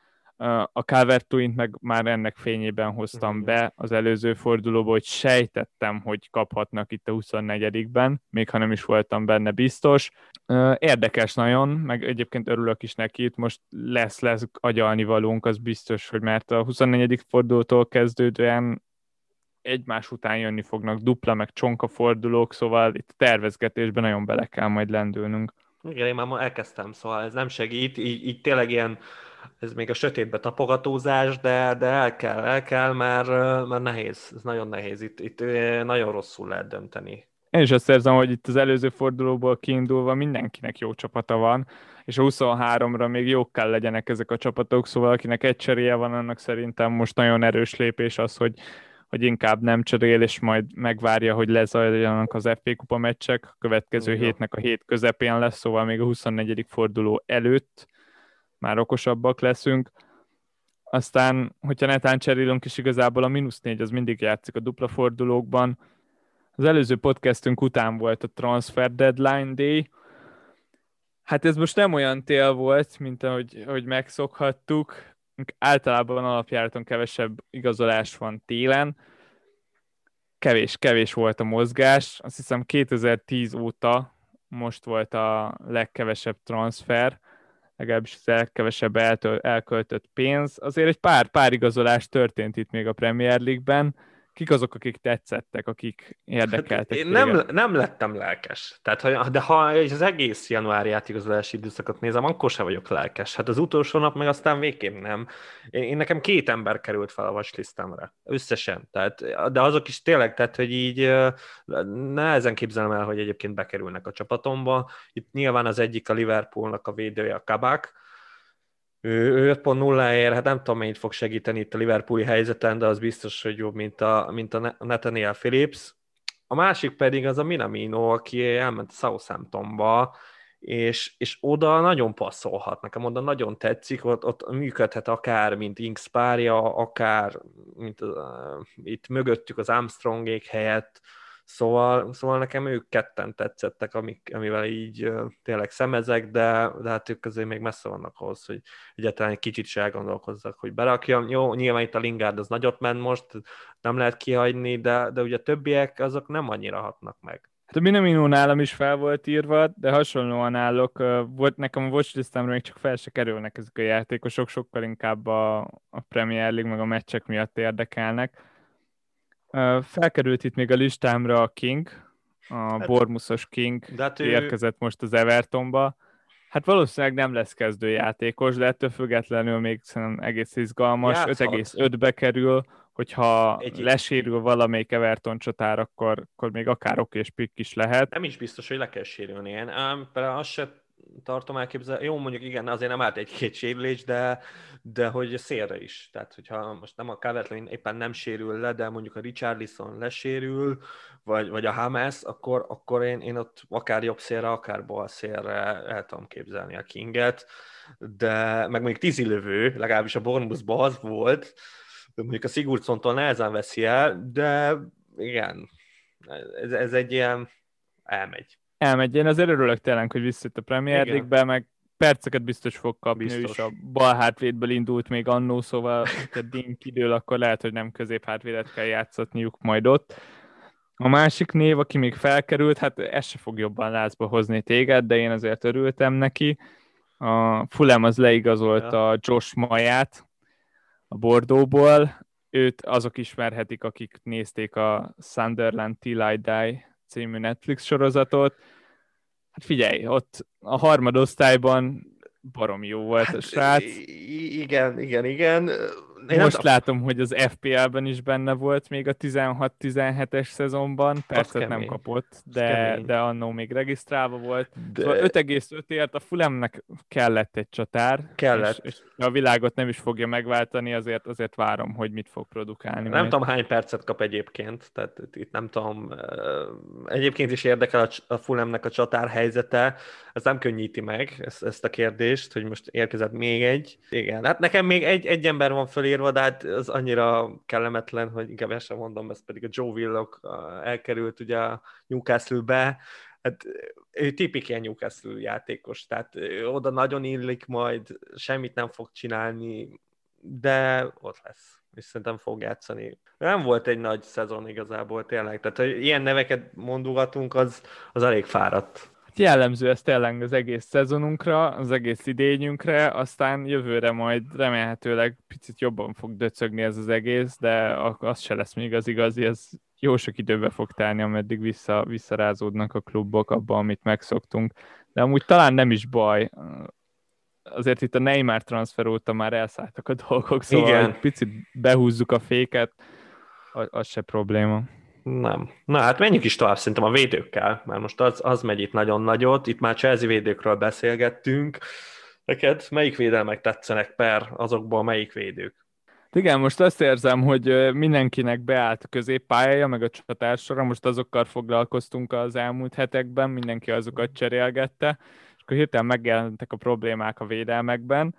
A Calvert-Lewint meg már ennek fényében hoztam be az előző fordulóból, hogy sejtettem, hogy kaphatnak itt a huszonnegyedikben, még ha nem is voltam benne biztos. Érdekes nagyon, meg egyébként örülök is neki, itt most lesz, lesz agyalni valónk, az biztos, hogy mert a huszonnegyedik fordulótól kezdődően egymás után jönni fognak dupla, meg csonka fordulók, szóval itt a tervezgetésben nagyon bele kell majd lendülnünk. Igen, én már elkezdtem, szóval ez nem segít, így, így tényleg ilyen, ez még a sötétbe tapogatózás, de, de el kell, el kell, mert, mert nehéz, ez nagyon nehéz, itt, itt nagyon rosszul lehet dönteni. Én is azt érzem, hogy itt az előző fordulóból kiindulva mindenkinek jó csapata van, és a huszonháromra még jók kell legyenek ezek a csapatok, szóval akinek egy cseréje van, annak szerintem most nagyon erős lépés az, hogy hogy inkább nem cserél, és majd megvárja, hogy lezajlanak az ef á Kupa meccsek. A következő Igen. hétnek a hét közepén lesz, szóval még a huszonnegyedik forduló előtt már okosabbak leszünk. Aztán, hogyha netán cserélünk is, igazából a mínusz négy az mindig játszik a dupla fordulókban. Az előző podcastünk után volt a Transfer Deadline Day. Hát ez most nem olyan tél volt, mint ahogy, ahogy megszokhattuk. Általában alapjáraton kevesebb igazolás van télen. Kevés, kevés volt a mozgás. Azt hiszem kétezer-tíz óta most volt a legkevesebb transfer, legalábbis az legkevesebb eltől, elköltött pénz. Azért egy pár, pár igazolás történt itt még a Premier League-ben. kik azok, akik tetszettek, akik Hát érdekeltek én téged? nem, nem lettem lelkes. Tehát, ha, de ha az egész januári átigazolási időszakot nézem, akkor sem vagyok lelkes. Hát az utolsó nap meg aztán végképp nem. Én, én nekem két ember került fel a watchlistemre. Összesen. Tehát, de azok is tényleg, tehát, hogy így ö, nehezen képzelem el, hogy egyébként bekerülnek a csapatomba. Itt nyilván az egyik a Liverpoolnak a védője, a Kabak. Ő, ő öt pont nulla-ért, hát nem tudom, mennyit fog segíteni itt a Liverpooli helyzeten, de az biztos, hogy jobb, mint a, mint a Nathaniel Phillips. A másik pedig az a Minamino, aki elment a Southamptonba, és, és oda nagyon passzolhat. Nekem oda nagyon tetszik, ott, ott működhet akár, mint Inks párja, akár, mint uh, itt mögöttük az Armstrongék helyett, Szóval, szóval nekem ők ketten tetszettek, amik, amivel így uh, tényleg szemezek, de, de hát ők azért még messze vannak ahhoz, hogy egyáltalán egy kicsit se elgondolkozzak, hogy berakjam. Jó, nyilván itt a Lingard az nagyot ment most, nem lehet kihagyni, de, de ugye a többiek azok nem annyira hatnak meg. Hát a Minamino nálam is fel volt írva, de hasonlóan állok. Volt, nekem a watchlistemről még csak fel se kerülnek ezek a játékosok, sokkal inkább a, a Premier League meg a meccsek miatt érdekelnek. Felkerült itt még a listámra a King, a Hát, Bournemouthos King hát ő... érkezett most az Evertonba. Hát valószínűleg nem lesz kezdőjátékos, de ettől függetlenül még szerintem egész izgalmas. Játszhat. öt egész ötbe kerül, hogyha Egy- lesérül valamelyik Everton csatár, akkor, akkor még akár okés pikk is lehet. Nem is biztos, hogy le kell sérülni. Én ám, például azt se tartom elképzelni. Jó, mondjuk igen, azért nem állt egy-két sérülés, de, de hogy szélre is. Tehát, hogyha most nem a calvert éppen nem sérül le, de mondjuk a Richarlison lesérül, vagy, vagy a James, akkor, akkor én, én ott akár jobb szélre, akár bal szélre el tudom képzelni a Kinget, de meg mondjuk tízilövő, legalábbis a Bournemouthban az volt, mondjuk a Sigurdsontól nehezen veszi el, de igen, ez, ez egy ilyen elmegy. Elmegy. Én azért örülök tényleg, hogy visszajött a Premier Igen. League-be, meg perceket biztos fog kapni, Biztos. ő is a bal hátvédből indult még annó, szóval ha Dink idől, akkor lehet, hogy nem közép hátvédet kell játszatniuk majd ott. A másik név, aki még felkerült, hát ez se fog jobban lázba hozni téged, de én azért örültem neki. A Fulham az leigazolta ja. Josh Mayát a Bordeauxból. Őt azok ismerhetik, akik nézték a Sunderland Till I Die című Netflix sorozatot. Hát figyelj, ott a harmadosztályban barom jó volt hát, a srác. Igen, igen, igen. Én most nem... látom, hogy az ef pé el-ben is benne volt még a tizenhat tizenhetes szezonban, percet nem kapott, de, de annó még regisztrálva volt. De... Szóval öt egész ötért a Fulhamnek kellett egy csatár, kellett. És, és a világot nem is fogja megváltani, azért, azért várom, hogy mit fog produkálni. Nem majd. tudom, hány percet kap egyébként, tehát itt nem tudom, egyébként is érdekel a Fulhamnek a csatár helyzete, ez nem könnyíti meg ezt, ezt a kérdést, hogy most érkezett még egy. Igen, hát nekem még egy, egy ember van fölírva, de hát az annyira kellemetlen, hogy inkább ezt sem mondom, ez pedig a Joe Willock elkerült ugye a Newcastle-be. Hát ő tipik ilyen Newcastle játékos, tehát oda nagyon illik majd, semmit nem fog csinálni, de ott lesz, és szerintem fog játszani. Nem volt egy nagy szezon igazából tényleg, tehát hogy ilyen neveket mondogatunk, az, az elég fáradt. Jellemző ez tényleg az egész szezonunkra, az egész idényünkre, aztán jövőre majd remélhetőleg picit jobban fog döcögni ez az egész, de az se lesz még az igazi, ez jó sok időbe fog telni, ameddig vissza, visszarázódnak a klubok abba, amit megszoktunk. De amúgy talán nem is baj, azért itt a Neymar transfer óta már elszálltak a dolgok, szóval igen. Picit behúzzuk a féket, az se probléma. Nem. Na hát menjünk is tovább szerintem a védőkkel, mert most az, az megy itt nagyon nagyot, itt már Chelsea védőkről beszélgettünk. Neked melyik védelmek tetszenek per azokból melyik védők? Igen, most azt érzem, hogy mindenkinek beállt a középpályája, meg a csatársora, most azokkal foglalkoztunk az elmúlt hetekben, mindenki azokat cserélgette, és akkor hirtelen megjelentek a problémák a védelmekben.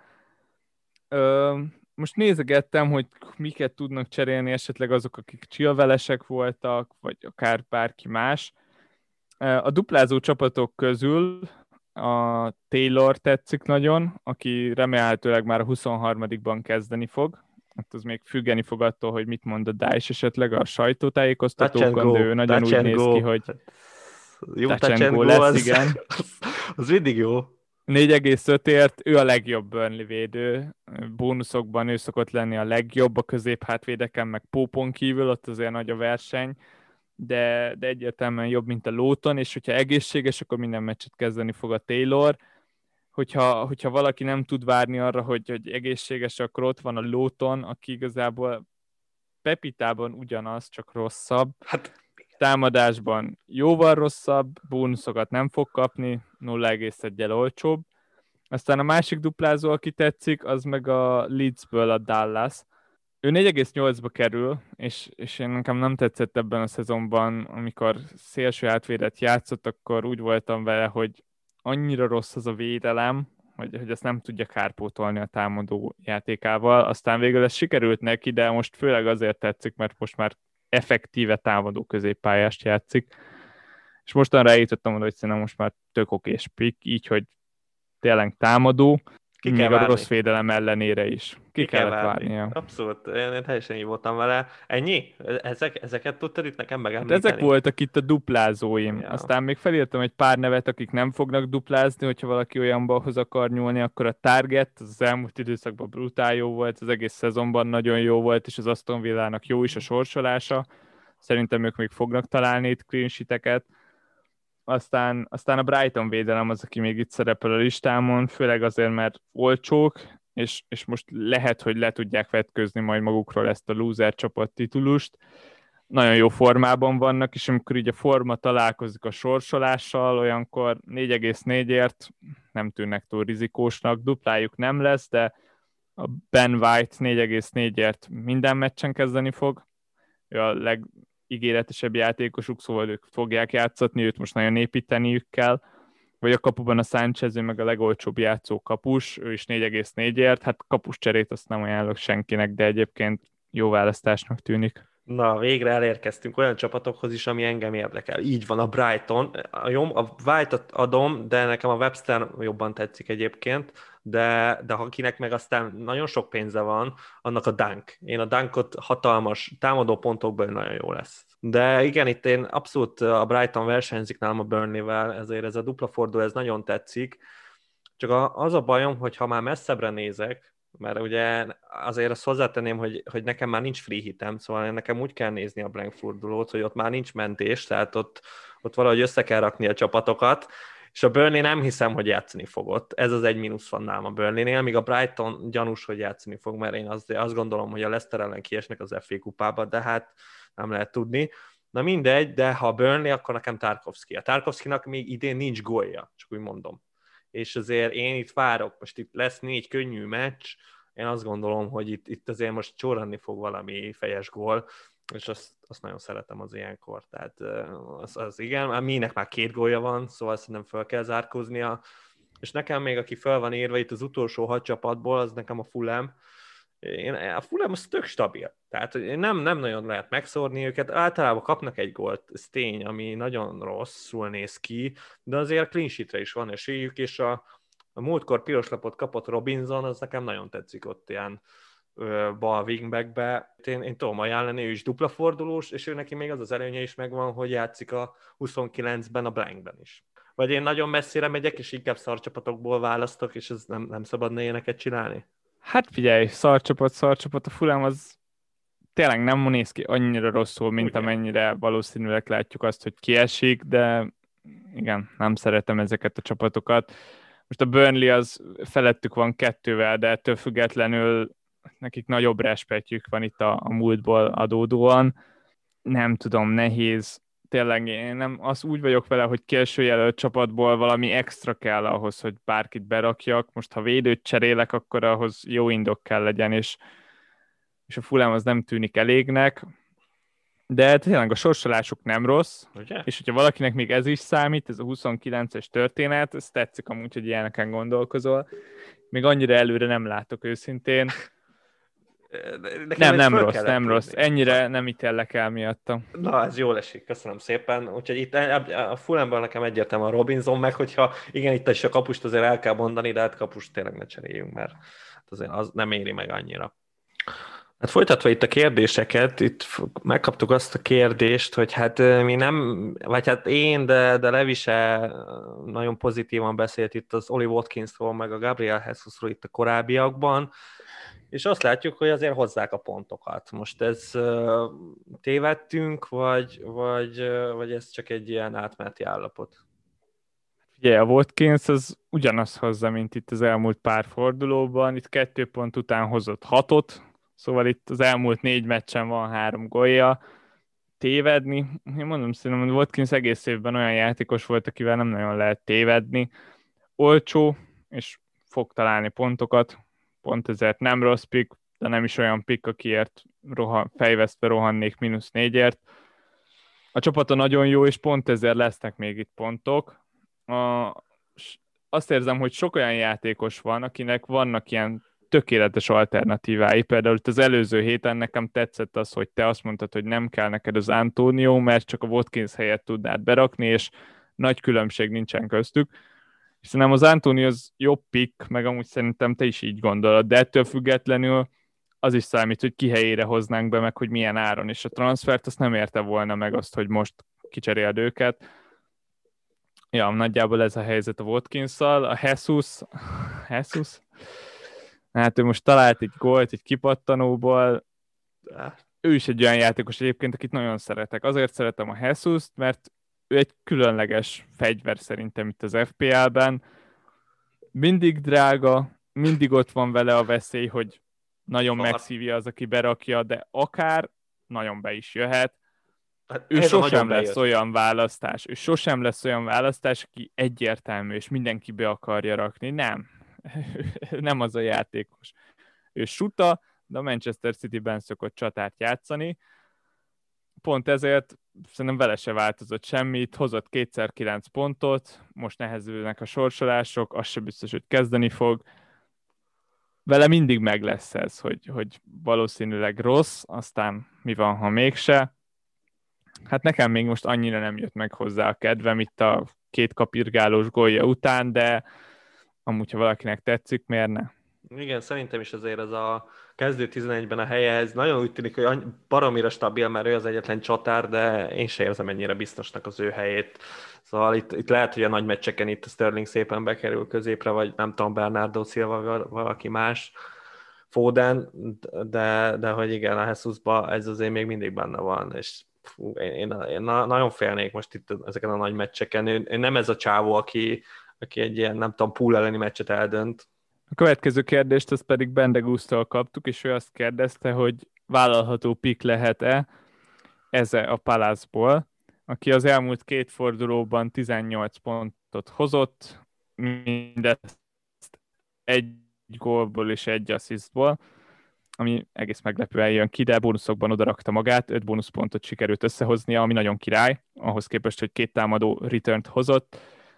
Ö, most nézegettem, hogy miket tudnak cserélni esetleg azok, akik Chilwellesek voltak, vagy akár bárki más. A duplázó csapatok közül a Taylor tetszik nagyon, aki remélhetőleg már a huszonharmadikban kezdeni fog. Hát az még függeni fog attól, hogy mit mond a Daesh esetleg a sajtótájékoztatókon, de ő nagyon úgy néz ki, hogy jó touch and go lesz, az, igen. Az, az mindig jó. négy egész ötért ő a legjobb Burnley védő. Bónuszokban ő szokott lenni a legjobb a középhátvédeken, meg Pópon kívül, ott azért nagy a verseny, de, de egyértelműen jobb, mint a Luton, és hogyha egészséges, akkor minden meccset kezdeni fog a Taylor. Hogyha, hogyha valaki nem tud várni arra, hogy, hogy egészséges, akkor ott van a Luton, aki igazából Pepitában ugyanaz, csak rosszabb. Hát Támadásban jóval rosszabb, bónuszokat nem fog kapni, nulla egész egyel olcsóbb. Aztán a másik duplázó, aki tetszik, az meg a Leedsből a Dallas. Ő négy egész nyolcba kerül, és, és én nekem nem tetszett ebben a szezonban, amikor szélső átvédet játszott, akkor úgy voltam vele, hogy annyira rossz az a védelem, hogy, hogy ezt nem tudja kárpótolni a támadó játékával. Aztán végül ez sikerült neki, de most főleg azért tetszik, mert most már effektíve támadó középpályást játszik. És mostanra eljutottam oda, hogy szerintem most már tök okés pick, így, hogy tényleg támadó, ki még kell a várni. rossz védelem ellenére is. Ki, Ki kell kellett várni. várnia. Abszolút, én, én teljesen így voltam vele. Ennyi? Ezek, ezeket tudtad itt nekem Hát megemlíteni? ezek voltak itt a duplázóim. Ja. Aztán még felírtam egy pár nevet, akik nem fognak duplázni, hogyha valaki olyanhoz akar nyúlni, akkor a Target, az, az elmúlt időszakban brutál jó volt, az egész szezonban nagyon jó volt, és az Aston Villának jó is a sorsolása. Szerintem ők még fognak találni itt clean sheeteket. Aztán, aztán a Brighton védelem az, aki még itt szerepel a listámon, főleg azért, mert olcsók, és, és most lehet, hogy le tudják vetközni majd magukról ezt a loser csapat titulust. Nagyon jó formában vannak, és amikor így a forma találkozik a sorsolással, olyankor négy egész négyért nem tűnnek túl rizikósnak, duplájuk nem lesz, de a Ben White négy egész négyért minden meccsen kezdeni fog. Ő a legígéretesebb játékosuk, szóval ők fogják játszatni, őt most nagyon építeniük kell. Vagy a kapuban a Sánchez, ő meg a legolcsóbb játszó kapus, ő is négy egész négyért, hát kapus cserét azt nem ajánlok senkinek, de egyébként jó választásnak tűnik. Na, végre elérkeztünk olyan csapatokhoz is, ami engem érdekel. Így van, a Brighton. A, jó, a White-ot adom, de nekem a Webster jobban tetszik egyébként, de, de akinek meg aztán nagyon sok pénze van, annak a Dunk. Én a Dunkot hatalmas támadó pontokból nagyon jó lesz. De igen, itt én abszolút a Brighton versenyzik nálam a Burnley-vel, ezért ez a dupla forduló, ez nagyon tetszik. Csak az a bajom, hogy ha már messzebbre nézek, mert ugye azért azt hozzátenném, hogy, hogy nekem már nincs free hitem, szóval nekem úgy kell nézni a blank fordulót, hogy ott már nincs mentés, tehát ott, ott valahogy össze kell rakni a csapatokat, és a Burnley nem hiszem, hogy játszani fog ott. Ez az egy mínusz van nálam a Burnley-nél, míg a Brighton gyanús, hogy játszani fog, mert én azt, azt gondolom, hogy a Leicester ellen kiesnek az ef á kupába, de hát nem lehet tudni. Na mindegy, de ha a Burnley, akkor nekem Tarkovsky. A Tarkovskynak még idén nincs gólja, csak úgy mondom. És azért én itt várok, most itt lesz négy könnyű meccs, én azt gondolom, hogy itt, itt azért most csorranni fog valami fejes gól, és azt, azt nagyon szeretem az ilyenkor. Tehát az, az igen, már minek már két gólja van, szóval szerintem fel kell zárkóznia, és nekem még, aki fel van írva itt az utolsó hat csapatból, az nekem a Fulham. Én, a Fulham az tök stabil, tehát nem, nem nagyon lehet megszórni őket, általában kapnak egy gólt, ez tény, ami nagyon rosszul néz ki, de azért clean sheetre is van esélyük, és a, a múltkor piros lapot kapott Robinson, az nekem nagyon tetszik ott ilyen ö, bal wingbackbe. Én, én tudom ajánlani, ő is dupla fordulós, és ő neki még az az előnye is megvan, hogy játszik a huszonkilencben, a blankben is. Vagy én nagyon messzire megyek, és inkább szarcsapatokból választok, és ez nem, nem szabadna ilyeneket csinálni? Hát figyelj, szarcsapat, szarcsapat, a Fulham az tényleg nem néz ki annyira rosszul, mint Ugye? amennyire valószínűleg látjuk azt, hogy kiesik, de igen, nem szeretem ezeket a csapatokat. Most a Burnley az felettük van kettővel, de ettől függetlenül nekik nagyobb respektjük van itt a, a múltból adódóan. Nem tudom, nehéz. Tényleg én nem, az úgy vagyok vele, hogy késő jelölt csapatból valami extra kell ahhoz, hogy bárkit berakjak. Most ha védőt cserélek, akkor ahhoz jó indok kell legyen, és, és a Fulham az nem tűnik elégnek. De tényleg a sorsolásuk nem rossz, Ugye? és hogyha valakinek még ez is számít, ez a huszonkilences történet, ez tetszik amúgy, hogy ilyeneken gondolkozol. Még annyira előre nem látok őszintén. Nekem Nem, nem föl rossz, kellett nem írni. rossz. Ennyire nem ítélek el miatta. Na, ez jól esik, köszönöm szépen. Úgyhogy itt a Fulhamban nekem egyértelműen a Robinson, meg hogyha igen, itt is a kapust azért el kell mondani, de hát kapust tényleg ne cseréljünk, mert azért az nem éri meg annyira. Hát folytatva itt a kérdéseket, itt f- megkaptuk azt a kérdést, hogy hát ö, mi nem, vagy hát én, de, de Levi se ö, nagyon pozitívan beszélt itt az Oli Watkinsról, meg a Gabriel Jesusról itt a korábbiakban, és azt látjuk, hogy azért hozzák a pontokat. Most ez ö, tévedtünk, vagy, vagy, ö, vagy ez csak egy ilyen átmeneti állapot? Ugye a Watkins az ugyanaz hozza, mint itt az elmúlt pár fordulóban, itt kettő pont után hozott hatot, szóval itt az elmúlt négy meccsen van három gólja, tévedni. Én mondom, szerintem hogy Watkins egész évben olyan játékos volt, akivel nem nagyon lehet tévedni. Olcsó, és fog találni pontokat, pont ezért nem rossz pick, de nem is olyan pick, akiért rohan, fejvesztve rohannék mínusz négyért. A csapata nagyon jó, és pont ezért lesznek még itt pontok. A, azt érzem, hogy sok olyan játékos van, akinek vannak ilyen tökéletes alternatívái. Például itt az előző héten nekem tetszett az, hogy te azt mondtad, hogy nem kell neked az Antonio, mert csak a Watkins helyett tudnád berakni, és nagy különbség nincsen köztük. És szerintem az Antonio az jobb pick, meg amúgy szerintem te is így gondolod, de ettől függetlenül az is számít, hogy ki helyére hoznánk be, meg hogy milyen áron, és a transfert azt nem érte volna meg azt, hogy most kicseréld őket. Ja, nagyjából ez a helyzet a Watkins-szal. A Jesus, Jesus? Hát ő most talált egy gólt egy kipattanóból. Ő is egy olyan játékos egyébként, akit nagyon szeretek. Azért szeretem a Jesus-t, mert ő egy különleges fegyver szerintem itt az ef pé el-ben. Mindig drága, mindig ott van vele a veszély, hogy nagyon Szar. megszívja az, aki berakja, de akár nagyon be is jöhet. Hát Ő ez a nagyon sosem lesz bejött. olyan választás, ő sosem lesz olyan választás, aki egyértelmű, és mindenki be akarja rakni. Nem. Nem az a játékos. Ő suta, de a Manchester City-ben szokott csatát játszani. Pont ezért szerintem vele se változott semmit, hozott kétszer kilenc pontot, most nehezülnek a sorsolások, az se biztos, hogy kezdeni fog. Vele mindig meg lesz ez, hogy, hogy valószínűleg rossz, aztán mi van, ha mégse. Hát nekem még most annyira nem jött meg hozzá a kedvem itt a két kapirgálós gólja után, de amúgy, ha valakinek tetszik, miért ne? Igen, szerintem is azért ez a kezdő tizenegyben a helye, ez nagyon úgy tűnik, hogy annyi- baromira stabil, mert ő az egyetlen csatár, de én sem érzem ennyire biztosnak az ő helyét. Szóval itt, itt lehet, hogy a nagy meccseken itt a Sterling szépen bekerül középre, vagy nem tudom, Bernardo Silva, vagy valaki más, Foden, de, de hogy igen, a Jesusba ez azért még mindig benne van, és fú, én, én, én nagyon félnék most itt ezeken a nagy meccseken. Én, én nem ez a csávó, aki, aki egy ilyen, nem tudom, pool elleni meccset eldönt. A következő kérdést azt pedig Bendegúztól kaptuk, és ő azt kérdezte, hogy vállalható pick lehet-e ez a Palace-ból, aki az elmúlt két fordulóban tizennyolc pontot hozott, mindezt egy gólból és egy asszisztból, ami egész meglepően jön ki, de bónuszokban odarakta magát, öt bónuszpontot sikerült összehoznia, ami nagyon király, ahhoz képest, hogy két támadó returnt hozott.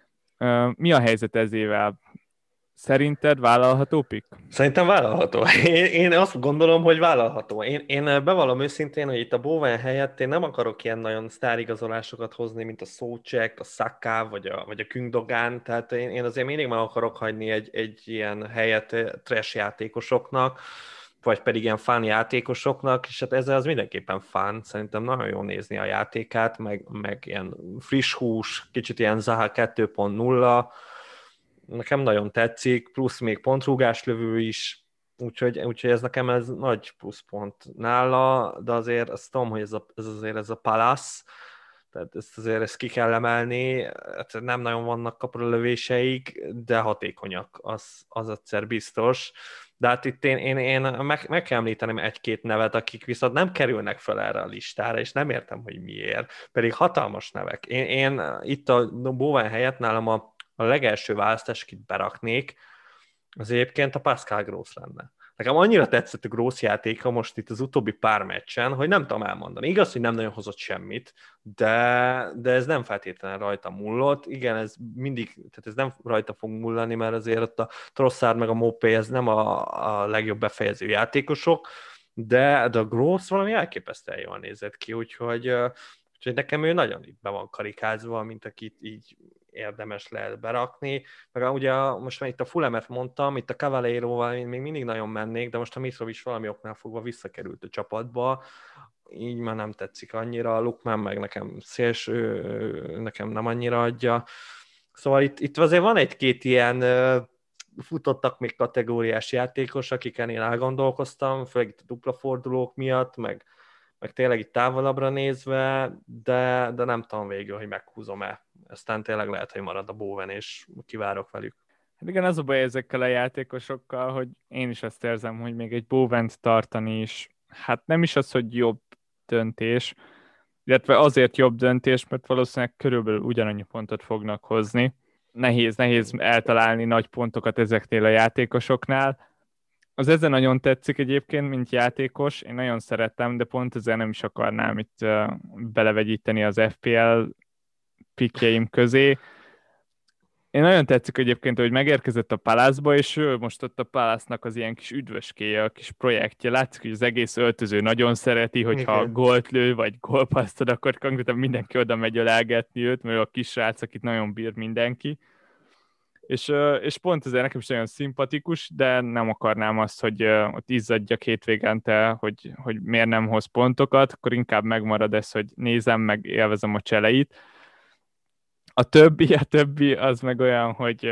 Mi a helyzet ezével? Szerinted vállalható pick? Szerintem vállalható. Én, én azt gondolom, hogy vállalható. Én, én bevallom őszintén, hogy itt a Bowen helyett én nem akarok ilyen nagyon sztárigazolásokat hozni, mint a Szócsek, a Saka, vagy a, vagy a Kündogán, tehát én, én azért mindig meg akarok hagyni egy, egy ilyen helyet trash játékosoknak, vagy pedig ilyen fun játékosoknak, és hát ezzel az mindenképpen fun. Szerintem nagyon jól nézni a játékát, meg, meg ilyen friss hús, kicsit ilyen Zaha kettő pont nulla, nekem nagyon tetszik, plusz még pontrúgáslövő is, úgyhogy, úgyhogy ez nekem ez nagy pluszpont nála, de azért azt tudom, hogy ez, a, ez azért ez a Palace, tehát ezt azért ezt ki kell emelni, hát nem nagyon vannak kapuralövéseik, de hatékonyak, az, az egyszer biztos. De hát itt én, én, én meg, meg kell említenem egy-két nevet, akik viszont nem kerülnek fel erre a listára, és nem értem, hogy miért, pedig hatalmas nevek. Én, én itt a Bowen helyett nálam a a legelső választás, akit beraknék, az egyébként a Pascal Gross lenne. Nekem annyira tetszett a Gross játéka most itt az utóbbi pár meccsen, hogy nem tudom elmondani. Igaz, hogy nem nagyon hozott semmit, de, de ez nem feltétlenül rajta mullott. Igen, ez mindig, tehát ez nem rajta fog mullani, mert azért ott a Trossard meg a Mopé, ez nem a, a legjobb befejező játékosok, de, de a Gross valami elképesztően jól nézett ki, úgyhogy, úgyhogy nekem ő nagyon itt be van karikázva, mint akit így érdemes lehet berakni, meg ugye a, most már itt a Fulemet mondtam, itt a Cavaleiróval még mindig nagyon mennék, de most a Mitrovic valami oknál fogva visszakerült a csapatba, így már nem tetszik annyira, a Lukman meg nekem szélső, nekem nem annyira adja. Szóval itt, itt azért van egy-két ilyen futottak még kategóriás játékos, akiken én elgondolkoztam, főleg itt a dupla fordulók miatt, meg, meg tényleg itt távolabbra nézve, de, de nem tudom végül, hogy meghúzom-e. Aztán tényleg lehet, hogy marad a Bowen, és kivárok velük. Hát igen, az a baj ezekkel a játékosokkal, hogy én is azt érzem, hogy még egy Bowent tartani is, hát nem is az, hogy jobb döntés, illetve azért jobb döntés, mert valószínűleg körülbelül ugyanannyi pontot fognak hozni. Nehéz, nehéz eltalálni nagy pontokat ezeknél a játékosoknál. Az ezen nagyon tetszik egyébként, mint játékos, én nagyon szeretem, de pont ezzel nem is akarnám itt uh, belevegyíteni az ef pé el pikjeim közé. Én nagyon tetszik egyébként, hogy megérkezett a Palace-ba, és ő most ott a Palace-nak az ilyen kis üdvöskéje, a kis projektje. Látszik, hogy az egész öltöző nagyon szereti, hogyha okay. gólt lő, vagy gólpasszad, akkor konkrétan mindenki oda megy ölelgetni őt, mert a kis srác, akit nagyon bír mindenki. És, és pont ezért nekem is nagyon szimpatikus, de nem akarnám azt, hogy ott izzadjak hétvégente, hogy, hogy miért nem hoz pontokat, akkor inkább megmarad ez, hogy nézem, meg élvezem a cseleit. A többi, a többi az meg olyan, hogy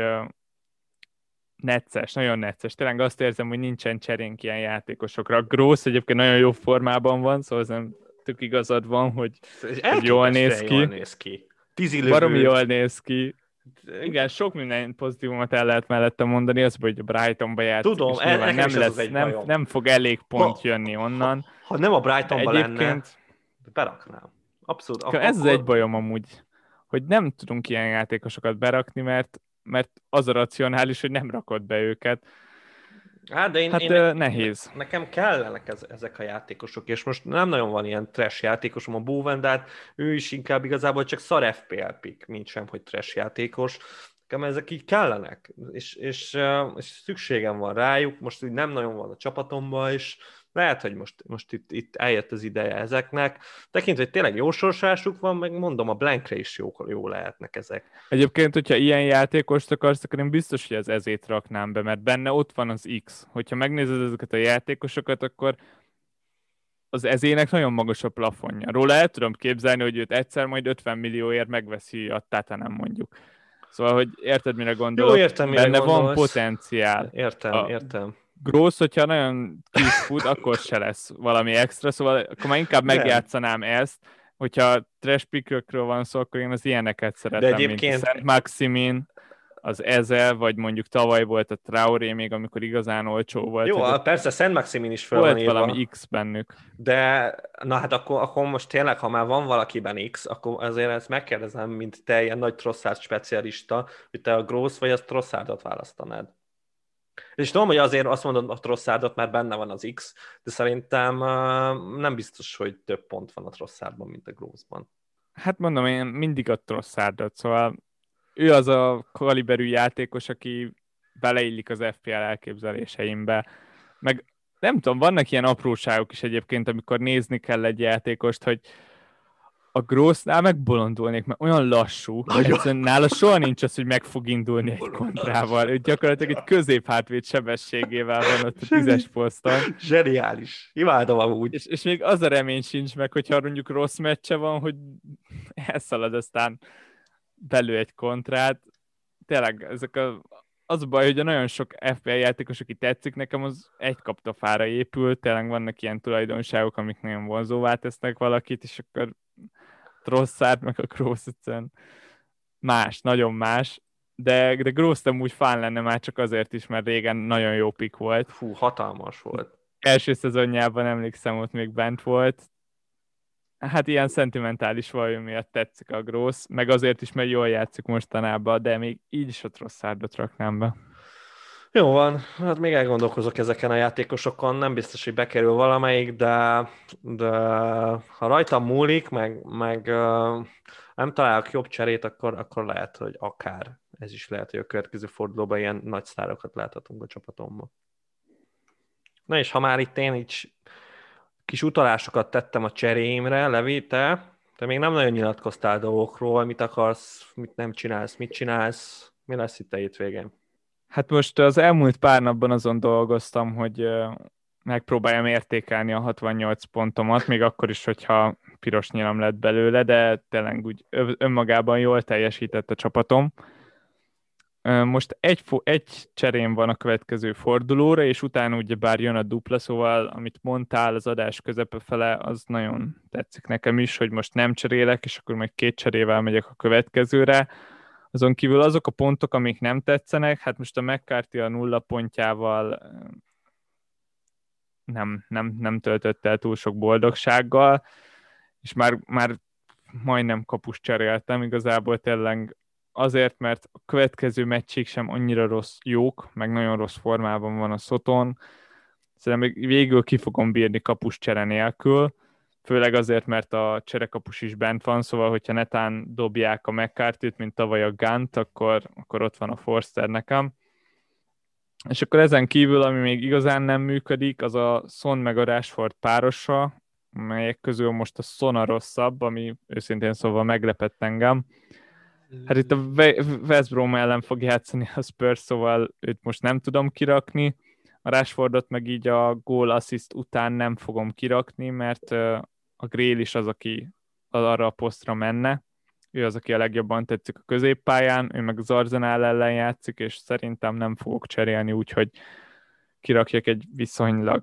necces, nagyon necces. Tényleg azt érzem, hogy nincsen cserénk ilyen játékosokra. A Gross egyébként nagyon jó formában van, szóval ez nem tök igazad van, hogy, hogy jól néz ki. Jól néz ki. Baromi jól néz ki. Igen, sok minden pozitívumot el lehet mellette mondani, az, hogy a Brightonba játszik, tudom, és nyilván nem, lesz, nem, nem fog elég pont ha, jönni onnan. Ha, ha nem a Brightonba lenne, beraknám. Abszolút. Ak- ez akkor... egy bajom amúgy, hogy nem tudunk ilyen játékosokat berakni, mert, mert az a racionális, hogy nem rakod be őket. Hát, de én, hát én, nehéz. Nekem kellenek ez, ezek a játékosok, és most nem nagyon van ilyen trash játékosom a Bowen, de hát ő is inkább igazából csak szar ef pé el pick, mint sem, hogy trash játékos. Nekem ezek így kellenek, és, és, és szükségem van rájuk, most úgy nem nagyon van a csapatomban, és lehet, hogy most, most itt, itt eljött az ideje ezeknek. Tekintve, hogy tényleg jó sorsásuk van, meg mondom, a Blankre is jó, jó lehetnek ezek. Egyébként, hogyha ilyen játékost akarsz, akkor én biztos, hogy az ezét raknám be, mert benne ott van az X. Hogyha megnézed ezeket a játékosokat, akkor az ezének nagyon magas a plafonja. Róla el tudom képzelni, hogy őt egyszer majd ötven millióért megveszi a Tatanem mondjuk. Szóval, hogy érted, mire gondolok? Jó, értem, mire benne gondolsz. Van potenciál. Értem, a értem. Gross, hogyha nagyon kisfut, akkor se lesz valami extra, szóval akkor már inkább megjátszanám ezt, hogyha trash pickről van szó, akkor én az ilyeneket szeretem, de egyébként... mint a Szent Maximin, az Ezel, vagy mondjuk tavaly volt a Traoré még, amikor igazán olcsó volt. Jó, persze Szent Maximin is fel volt van írva. valami X bennük. De, na hát akkor, akkor most tényleg, ha már van valakiben X, akkor azért ezt megkérdezem, mint te ilyen nagy Trossard specialista, hogy te a Gross vagy a Trossardot választanád. És tudom, hogy azért azt mondod a Trossardot, mert benne van az X, de szerintem uh, nem biztos, hogy több pont van a Trossardban, mint a Grossban. Hát mondom, én mindig a Trossardot, szóval ő az a kaliberű játékos, aki beleillik az ef pé el elképzeléseimbe. Meg nem tudom, vannak ilyen apróságok is egyébként, amikor nézni kell egy játékost, hogy a Grossnál megbolondulnék, mert olyan lassú, egyszerűen nála soha nincs az, hogy meg fog indulni egy kontrával. Ő gyakorlatilag egy középhátvéd sebességével van ott a tízes poszton. Zseniális. Imádom amúgy. És, és még az a remény sincs meg, hogyha mondjuk rossz meccse van, hogy elszalad, aztán belül egy kontrát. Tényleg ezek a, az a baj, hogy a nagyon sok ef pé el játékos, aki tetszik nekem, az egy kaptafára épül. Tényleg vannak ilyen tulajdonságok, amik nagyon vonzóvá tesznek valakit, és akkor Trossard meg a Gross egyszerűen más, nagyon más, de, de Gross nem úgy fán lenne már csak azért is, mert régen nagyon jó pick volt. Fú, hatalmas volt. Első szezonjában emlékszem, ott még bent volt. Hát ilyen szentimentális valami miatt tetszik a Gross, meg azért is, mert jól játszik mostanában, de még így is a Trossardot raknám be. Jó van, hát még elgondolkozok ezeken a játékosokon, nem biztos, hogy bekerül valamelyik, de, de ha rajtam múlik, meg, meg uh, nem találok jobb cserét, akkor, akkor lehet, hogy akár ez is lehet, hogy a következő fordulóban ilyen nagy sztárokat láthatunk a csapatomban. Na és ha már itt én így kis utalásokat tettem a cseréimre, Levi, te, te Te még nem nagyon nyilatkoztál dolgokról, mit akarsz, mit nem csinálsz, mit csinálsz, mi lesz itt a hétvégén? Hát most az elmúlt pár napban azon dolgoztam, hogy megpróbáljam értékelni a hatvannyolc pontomat, még akkor is, hogyha piros nyilam lett belőle, de tényleg úgy önmagában jól teljesített a csapatom. Most egy, egy cserém van a következő fordulóra, és utána ugye bár jön a dupla, szóval amit mondtál az adás közepe fele, az nagyon tetszik nekem is, hogy most nem cserélek, és akkor majd két cserével megyek a következőre. Azon kívül azok a pontok, amik nem tetszenek, hát most a McCarthy a nulla pontjával nem, nem, nem töltött el túl sok boldogsággal, és már, már majdnem kapust cseréltem, igazából tényleg azért, mert a következő meccsig sem annyira rossz jók, meg nagyon rossz formában van a Soton. Szerintem még végül ki fogom bírni kapus csere nélkül, főleg azért, mert a cserekapus is bent van, szóval hogyha netán dobják a McCarthy-t, mint tavaly a Gunt, akkor, akkor ott van a Forster nekem. És akkor ezen kívül, ami még igazán nem működik, az a Son meg a Rashford párosa, melyek közül most a Son a rosszabb, ami őszintén szóval meglepett engem. Hát itt a West Brom ellen fog játszani a Spurs, szóval őt most nem tudom kirakni. A Rashfordot meg így a gól assist után nem fogom kirakni, mert a Grealish az, aki arra a posztra menne. Ő az, aki a legjobban tetszik a középpályán, ő meg az Arsenal ellen játszik, és szerintem nem fogok cserélni, úgyhogy kirakjak egy viszonylag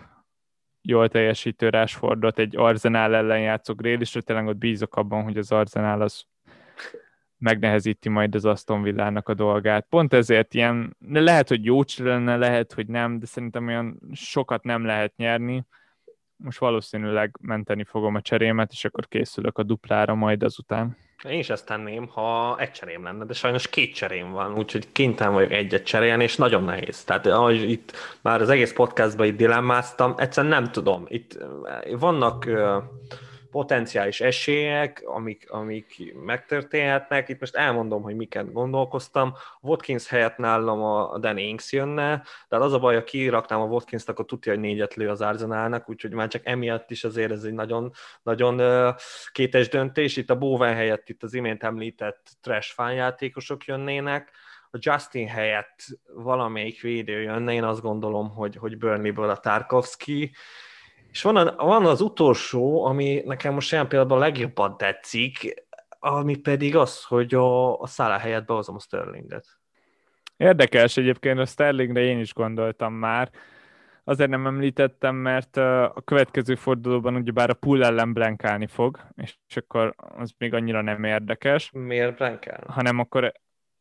jól teljesítő Rashfordot, egy Arsenal ellen játszó Grealishre, tényleg ott bízok abban, hogy az Arsenal az megnehezíti majd az Aston Villának a dolgát. Pont ezért ilyen, lehet, hogy jó lenne, lehet, hogy nem, de szerintem olyan sokat nem lehet nyerni. Most valószínűleg menteni fogom a cserémet, és akkor készülök a duplára majd azután. Én is ezt tenném, ha egy cserém lenne, de sajnos két cserém van, úgyhogy kénytelen vagyok egyet cserélni, és nagyon nehéz. Tehát ahogy itt már az egész podcastban itt dilemmáztam, egyszerűen nem tudom. Itt vannak potenciális esélyek, amik, amik megtörténhetnek. Itt most elmondom, hogy miket gondolkoztam. Watkins helyett nálam a Danny Ings jönne, de az a baj, ha kiraknám a Watkins-t, akkor tudja, hogy négyet lő az Arsenalnak, úgyhogy már csak emiatt is azért ez egy nagyon, nagyon kétes döntés. Itt a Bowen helyett itt az imént említett trash fánjátékosok jönnének. A Justin helyett valamelyik védő jönne, én azt gondolom, hogy, hogy Burnleyből a Tarkowski. És van, a, van az utolsó, ami nekem most olyan például a legjobban tetszik, ami pedig az, hogy a, a Salah helyett behozom a Sterlinget. Érdekes egyébként, a Sterlingre én is gondoltam már. Azért nem említettem, mert a következő fordulóban ugyebár a Pool ellen blankálni fog, és akkor az még annyira nem érdekes. Miért blankál? Hanem akkor,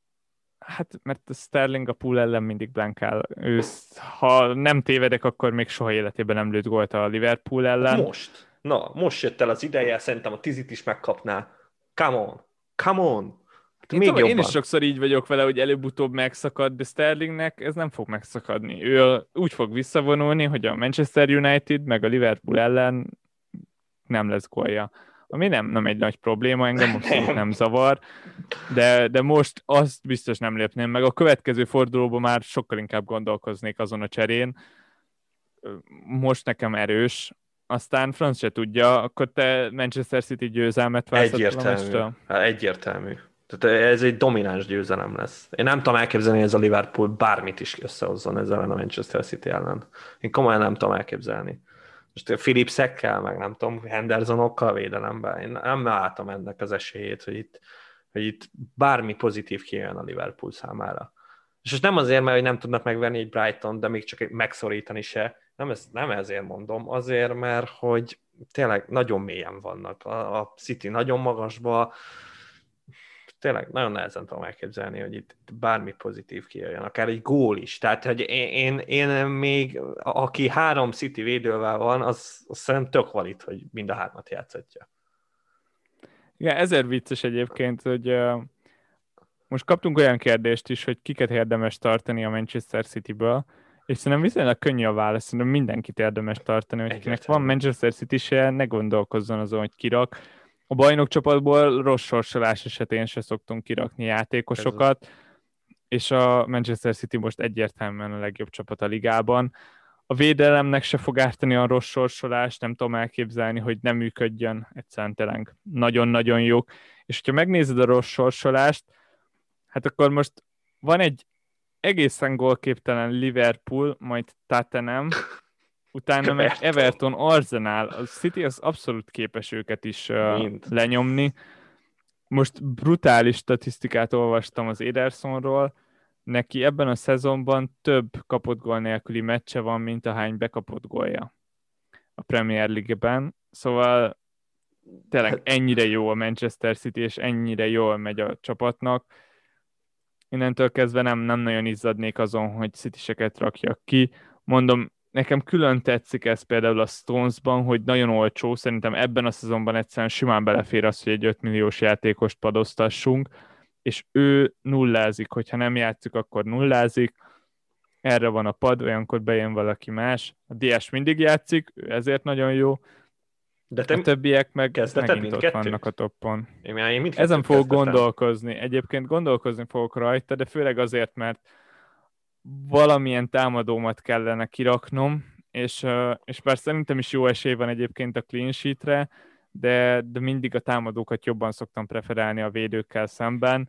hát mert a Sterling a Pool ellen mindig blankál. Ő, ha nem tévedek, akkor még soha életében nem lőtt gólt a Liverpool ellen. Most? Na, most jött el az ideje, szerintem a tízit is megkapná. Come on, come on! Én, még tudom, én is sokszor így vagyok vele, hogy előbb-utóbb megszakad, de Sterlingnek ez nem fog megszakadni. Ő úgy fog visszavonulni, hogy a Manchester United meg a Liverpool ellen nem lesz gólja. Ami nem, nem egy nagy probléma, engem abszolút nem zavar, de, de most azt biztos nem lépném meg. A következő fordulóban már sokkal inkább gondolkoznék azon a cserén. Most nekem erős, aztán franc se tudja, akkor te Manchester City győzelmet vársz. Egyértelmű. Hát egyértelmű. Tehát ez egy domináns győzelem lesz. Én nem tudom elképzelni, hogy ez a Liverpool bármit is összehozzon ezzel a Manchester City ellen. Én komolyan nem tudom elképzelni. Most Philipsekkel, meg nem tudom, Hendersonokkal védelemben. Én nem látom ennek az esélyét, hogy itt, hogy itt bármi pozitív kijön a Liverpool számára. És most nem azért, mert hogy nem tudnak megverni egy Brighton, de még csak megszorítani se. Nem, ez, nem ezért mondom, azért, mert hogy tényleg nagyon mélyen vannak. A, a City nagyon magasba, tényleg nagyon nehezen tudom elképzelni, hogy itt bármi pozitív kijöjjön, akár egy gól is. Tehát, hogy én, én, én még, aki három City védővel van, az, az szerintem tök valid, hogy mind a hármat játszhatja. Igen, ezért vicces egyébként, hogy uh, most kaptunk olyan kérdést is, hogy kiket érdemes tartani a Manchester Cityből, és szerintem viszonylag könnyű a válasz, szerintem mindenkit érdemes tartani, hogy kinek van Manchester City-se, ne gondolkozzon azon, hogy kirak. A bajnokcsapatból rossz sorsolás esetén se szoktunk kirakni játékosokat, és a Manchester City most egyértelműen a legjobb csapat a ligában. a védelemnek se fog ártani a rossz sorsolás, nem tudom elképzelni, hogy nem működjön, egyszerűen tényleg nagyon-nagyon jók. És hogyha megnézed a rossz sorsolást, hát akkor most van egy egészen gólképtelen Liverpool, majd Tottenham, utána meg Everton. Everton, Arsenal, a City az abszolút képes őket is uh, Mind. lenyomni. Most brutális statisztikát olvastam az Edersonról, neki ebben a szezonban több kapott gól nélküli meccse van, mint ahány bekapott gólja a Premier League-ben. Szóval tényleg ennyire jó a Manchester City, és ennyire jól megy a csapatnak. Innentől kezdve nem, nem nagyon izzadnék azon, hogy City-seket rakjak ki. Mondom, nekem külön tetszik ez például a Stonesban, hogy nagyon olcsó, szerintem ebben a szezonban egyszerűen simán belefér az, hogy egy öt milliós játékost padoztassunk, és ő nullázik, hogyha nem játszik, akkor nullázik, erre van a pad, olyankor bejön valaki más, a dé es mindig játszik, ő ezért nagyon jó, de te a többiek meg kezdeted megint ott vannak a toppon. Én, én Ezen fogok gondolkozni, egyébként gondolkozni fogok rajta, de főleg azért, mert valamilyen támadómat kellene kiraknom, és, és bár szerintem is jó esély van egyébként a clean sheetre, de, de mindig a támadókat jobban szoktam preferálni a védőkkel szemben.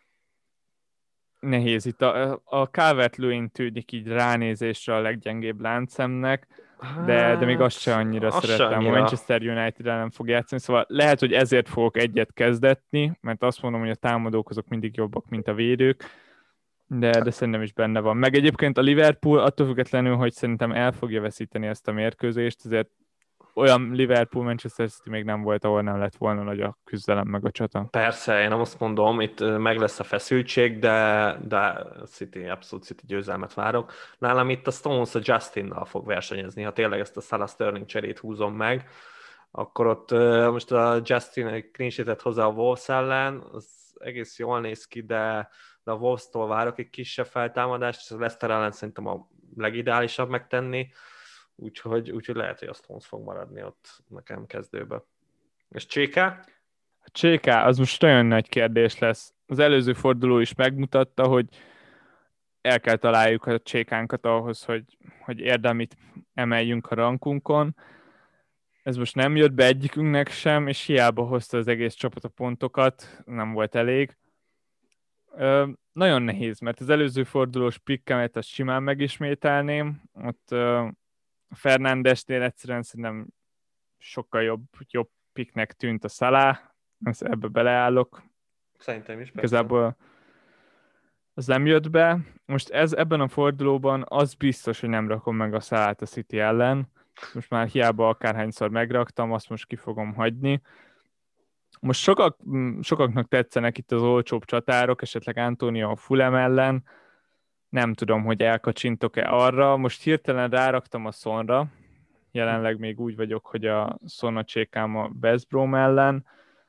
Nehéz itt. A, a Calvert-Lewin tűnik így ránézésre a leggyengébb láncemnek, de, de még azt se annyira azt szeretem. annyira. A Manchester United nem fog játszani, szóval lehet, hogy ezért fogok egyet kezdetni, mert azt mondom, hogy a támadók azok mindig jobbak, mint a védők, de, de szerintem is benne van. Meg egyébként a Liverpool attól függetlenül, hogy szerintem el fogja veszíteni ezt a mérkőzést, ezért olyan Liverpool-Manchester City még nem volt, ahol nem lett volna nagy a küzdelem meg a csata. Persze, én nem azt mondom, itt meg lesz a feszültség, de, de City, abszolút City győzelmet várok. Nálam itt a Stones a Justinnal fog versenyezni, ha tényleg ezt a Salah Sterling cserét húzom meg, akkor ott most a Justin egy clean sheetet hozzá a Wolves ellen, az egész jól néz ki, de, de a Wolves-tól várok egy kisebb feltámadást, és a Leicester ellen szerintem a legideálisabb megtenni, úgyhogy, úgyhogy lehet, hogy a Stones fog maradni ott nekem kezdőbe. És Cséká? A Cséká, az most nagyon nagy kérdés lesz. Az előző forduló is megmutatta, hogy el kell találjuk a Csékánkat ahhoz, hogy, hogy érdemit emeljünk a rankunkon. Ez most nem jött be egyikünknek sem, és hiába hozta az egész csapat a pontokat, nem volt elég. Ö, nagyon nehéz, mert az előző fordulós pikkemet azt simán megismételném. Ott ö, a Fernándesnél egyszerűen szerintem sokkal jobb, jobb picknek tűnt a Salah, ebbe beleállok. Szerintem is. Igazából az nem jött be. Most ez ebben a fordulóban az biztos, hogy nem rakom meg a Salát a City ellen. Most már hiába akárhányszor megraktam, azt most ki fogom hagyni. Most sokak, sokaknak tetszenek itt az olcsóbb csatárok, esetleg Antonio a Fulham ellen. Nem tudom, hogy elkacsintok-e arra. Most hirtelen ráraktam a Sonra. Jelenleg még úgy vagyok, hogy a Son a csékám a West Brom ellen.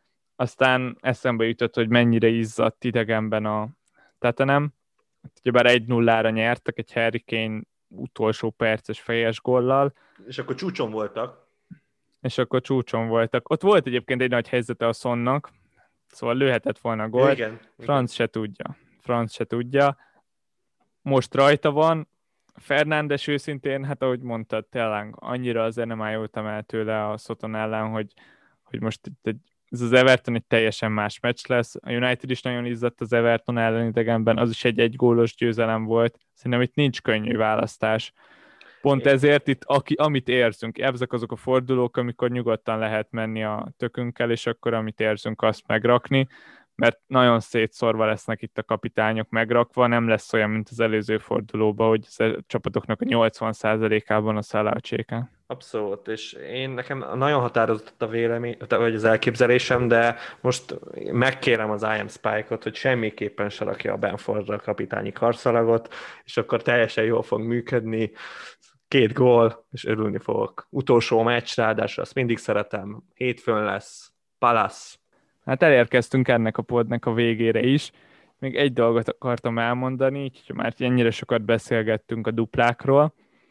Aztán eszembe jutott, hogy mennyire izzadt idegenben a Tottenham. Ugyebár egy nullára nyertek egy Harry Kane utolsó perces fejes góllal. És akkor csúcson voltak. És akkor csúcson voltak. Ott volt egyébként egy nagy helyzete a Sonnak, szóval lőhetett volna a gólt. Igen, Franz se tudja. Franz se tudja. Most rajta van. Fernándes őszintén, hát ahogy mondtad, tényleg annyira azért nem ájultam el tőle a Soton ellen, hogy, hogy most itt egy, ez az Everton egy teljesen más meccs lesz. A United is nagyon izzadt az Everton ellen idegenben, az is egy egy gólos győzelem volt. Szerintem itt nincs könnyű választás. Pont ezért itt, aki, amit érzünk, ezek azok a fordulók, amikor nyugodtan lehet menni a tökünkkel, és akkor amit érzünk, azt megrakni, mert nagyon szétszorva lesznek itt a kapitányok megrakva, nem lesz olyan, mint az előző fordulóban, hogy a csapatoknak a nyolcvan százalékában a Salah-Cséka. Abszolút, és én nekem nagyon határozott a vélemény, vagy az elképzelésem, de most megkérem az I Am Spike-ot, hogy semmiképpen se rakja a Benfordra a kapitányi karszalagot, és akkor teljesen jól fog működni, két gól, és örülni fogok. Utolsó meccs, ráadásul azt mindig szeretem, hétfőn lesz, Palace. Hát elérkeztünk ennek a podnak a végére is. Még egy dolgot akartam elmondani, így már ennyire sokat beszélgettünk a duplákról,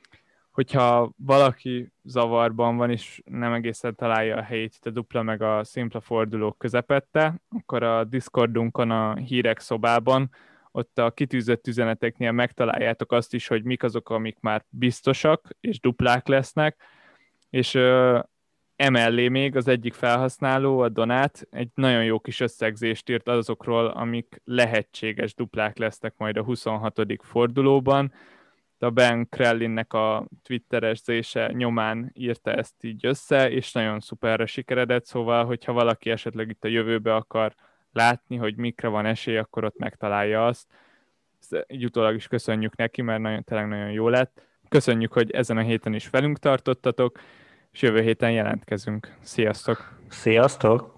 hogyha valaki zavarban van, és nem egészen találja a helyét itt a dupla meg a szimpla fordulók közepette, akkor a Discordunkon a hírek szobában ott a kitűzött üzeneteknél megtaláljátok azt is, hogy mik azok, amik már biztosak, és duplák lesznek, és ö, emellé még az egyik felhasználó, a Donát, egy nagyon jó kis összegzést írt azokról, amik lehetséges duplák lesznek majd a huszonhatodik fordulóban. A Ben Krellinnek a twitterezése nyomán írta ezt így össze, és nagyon szuperre sikeredett, szóval, hogyha valaki esetleg itt a jövőbe akar látni, hogy mikre van esély, akkor ott megtalálja azt. Ezt így utólag is köszönjük neki, mert nagyon, tényleg nagyon jó lett. Köszönjük, hogy ezen a héten is velünk tartottatok, és jövő héten jelentkezünk. Sziasztok! Sziasztok!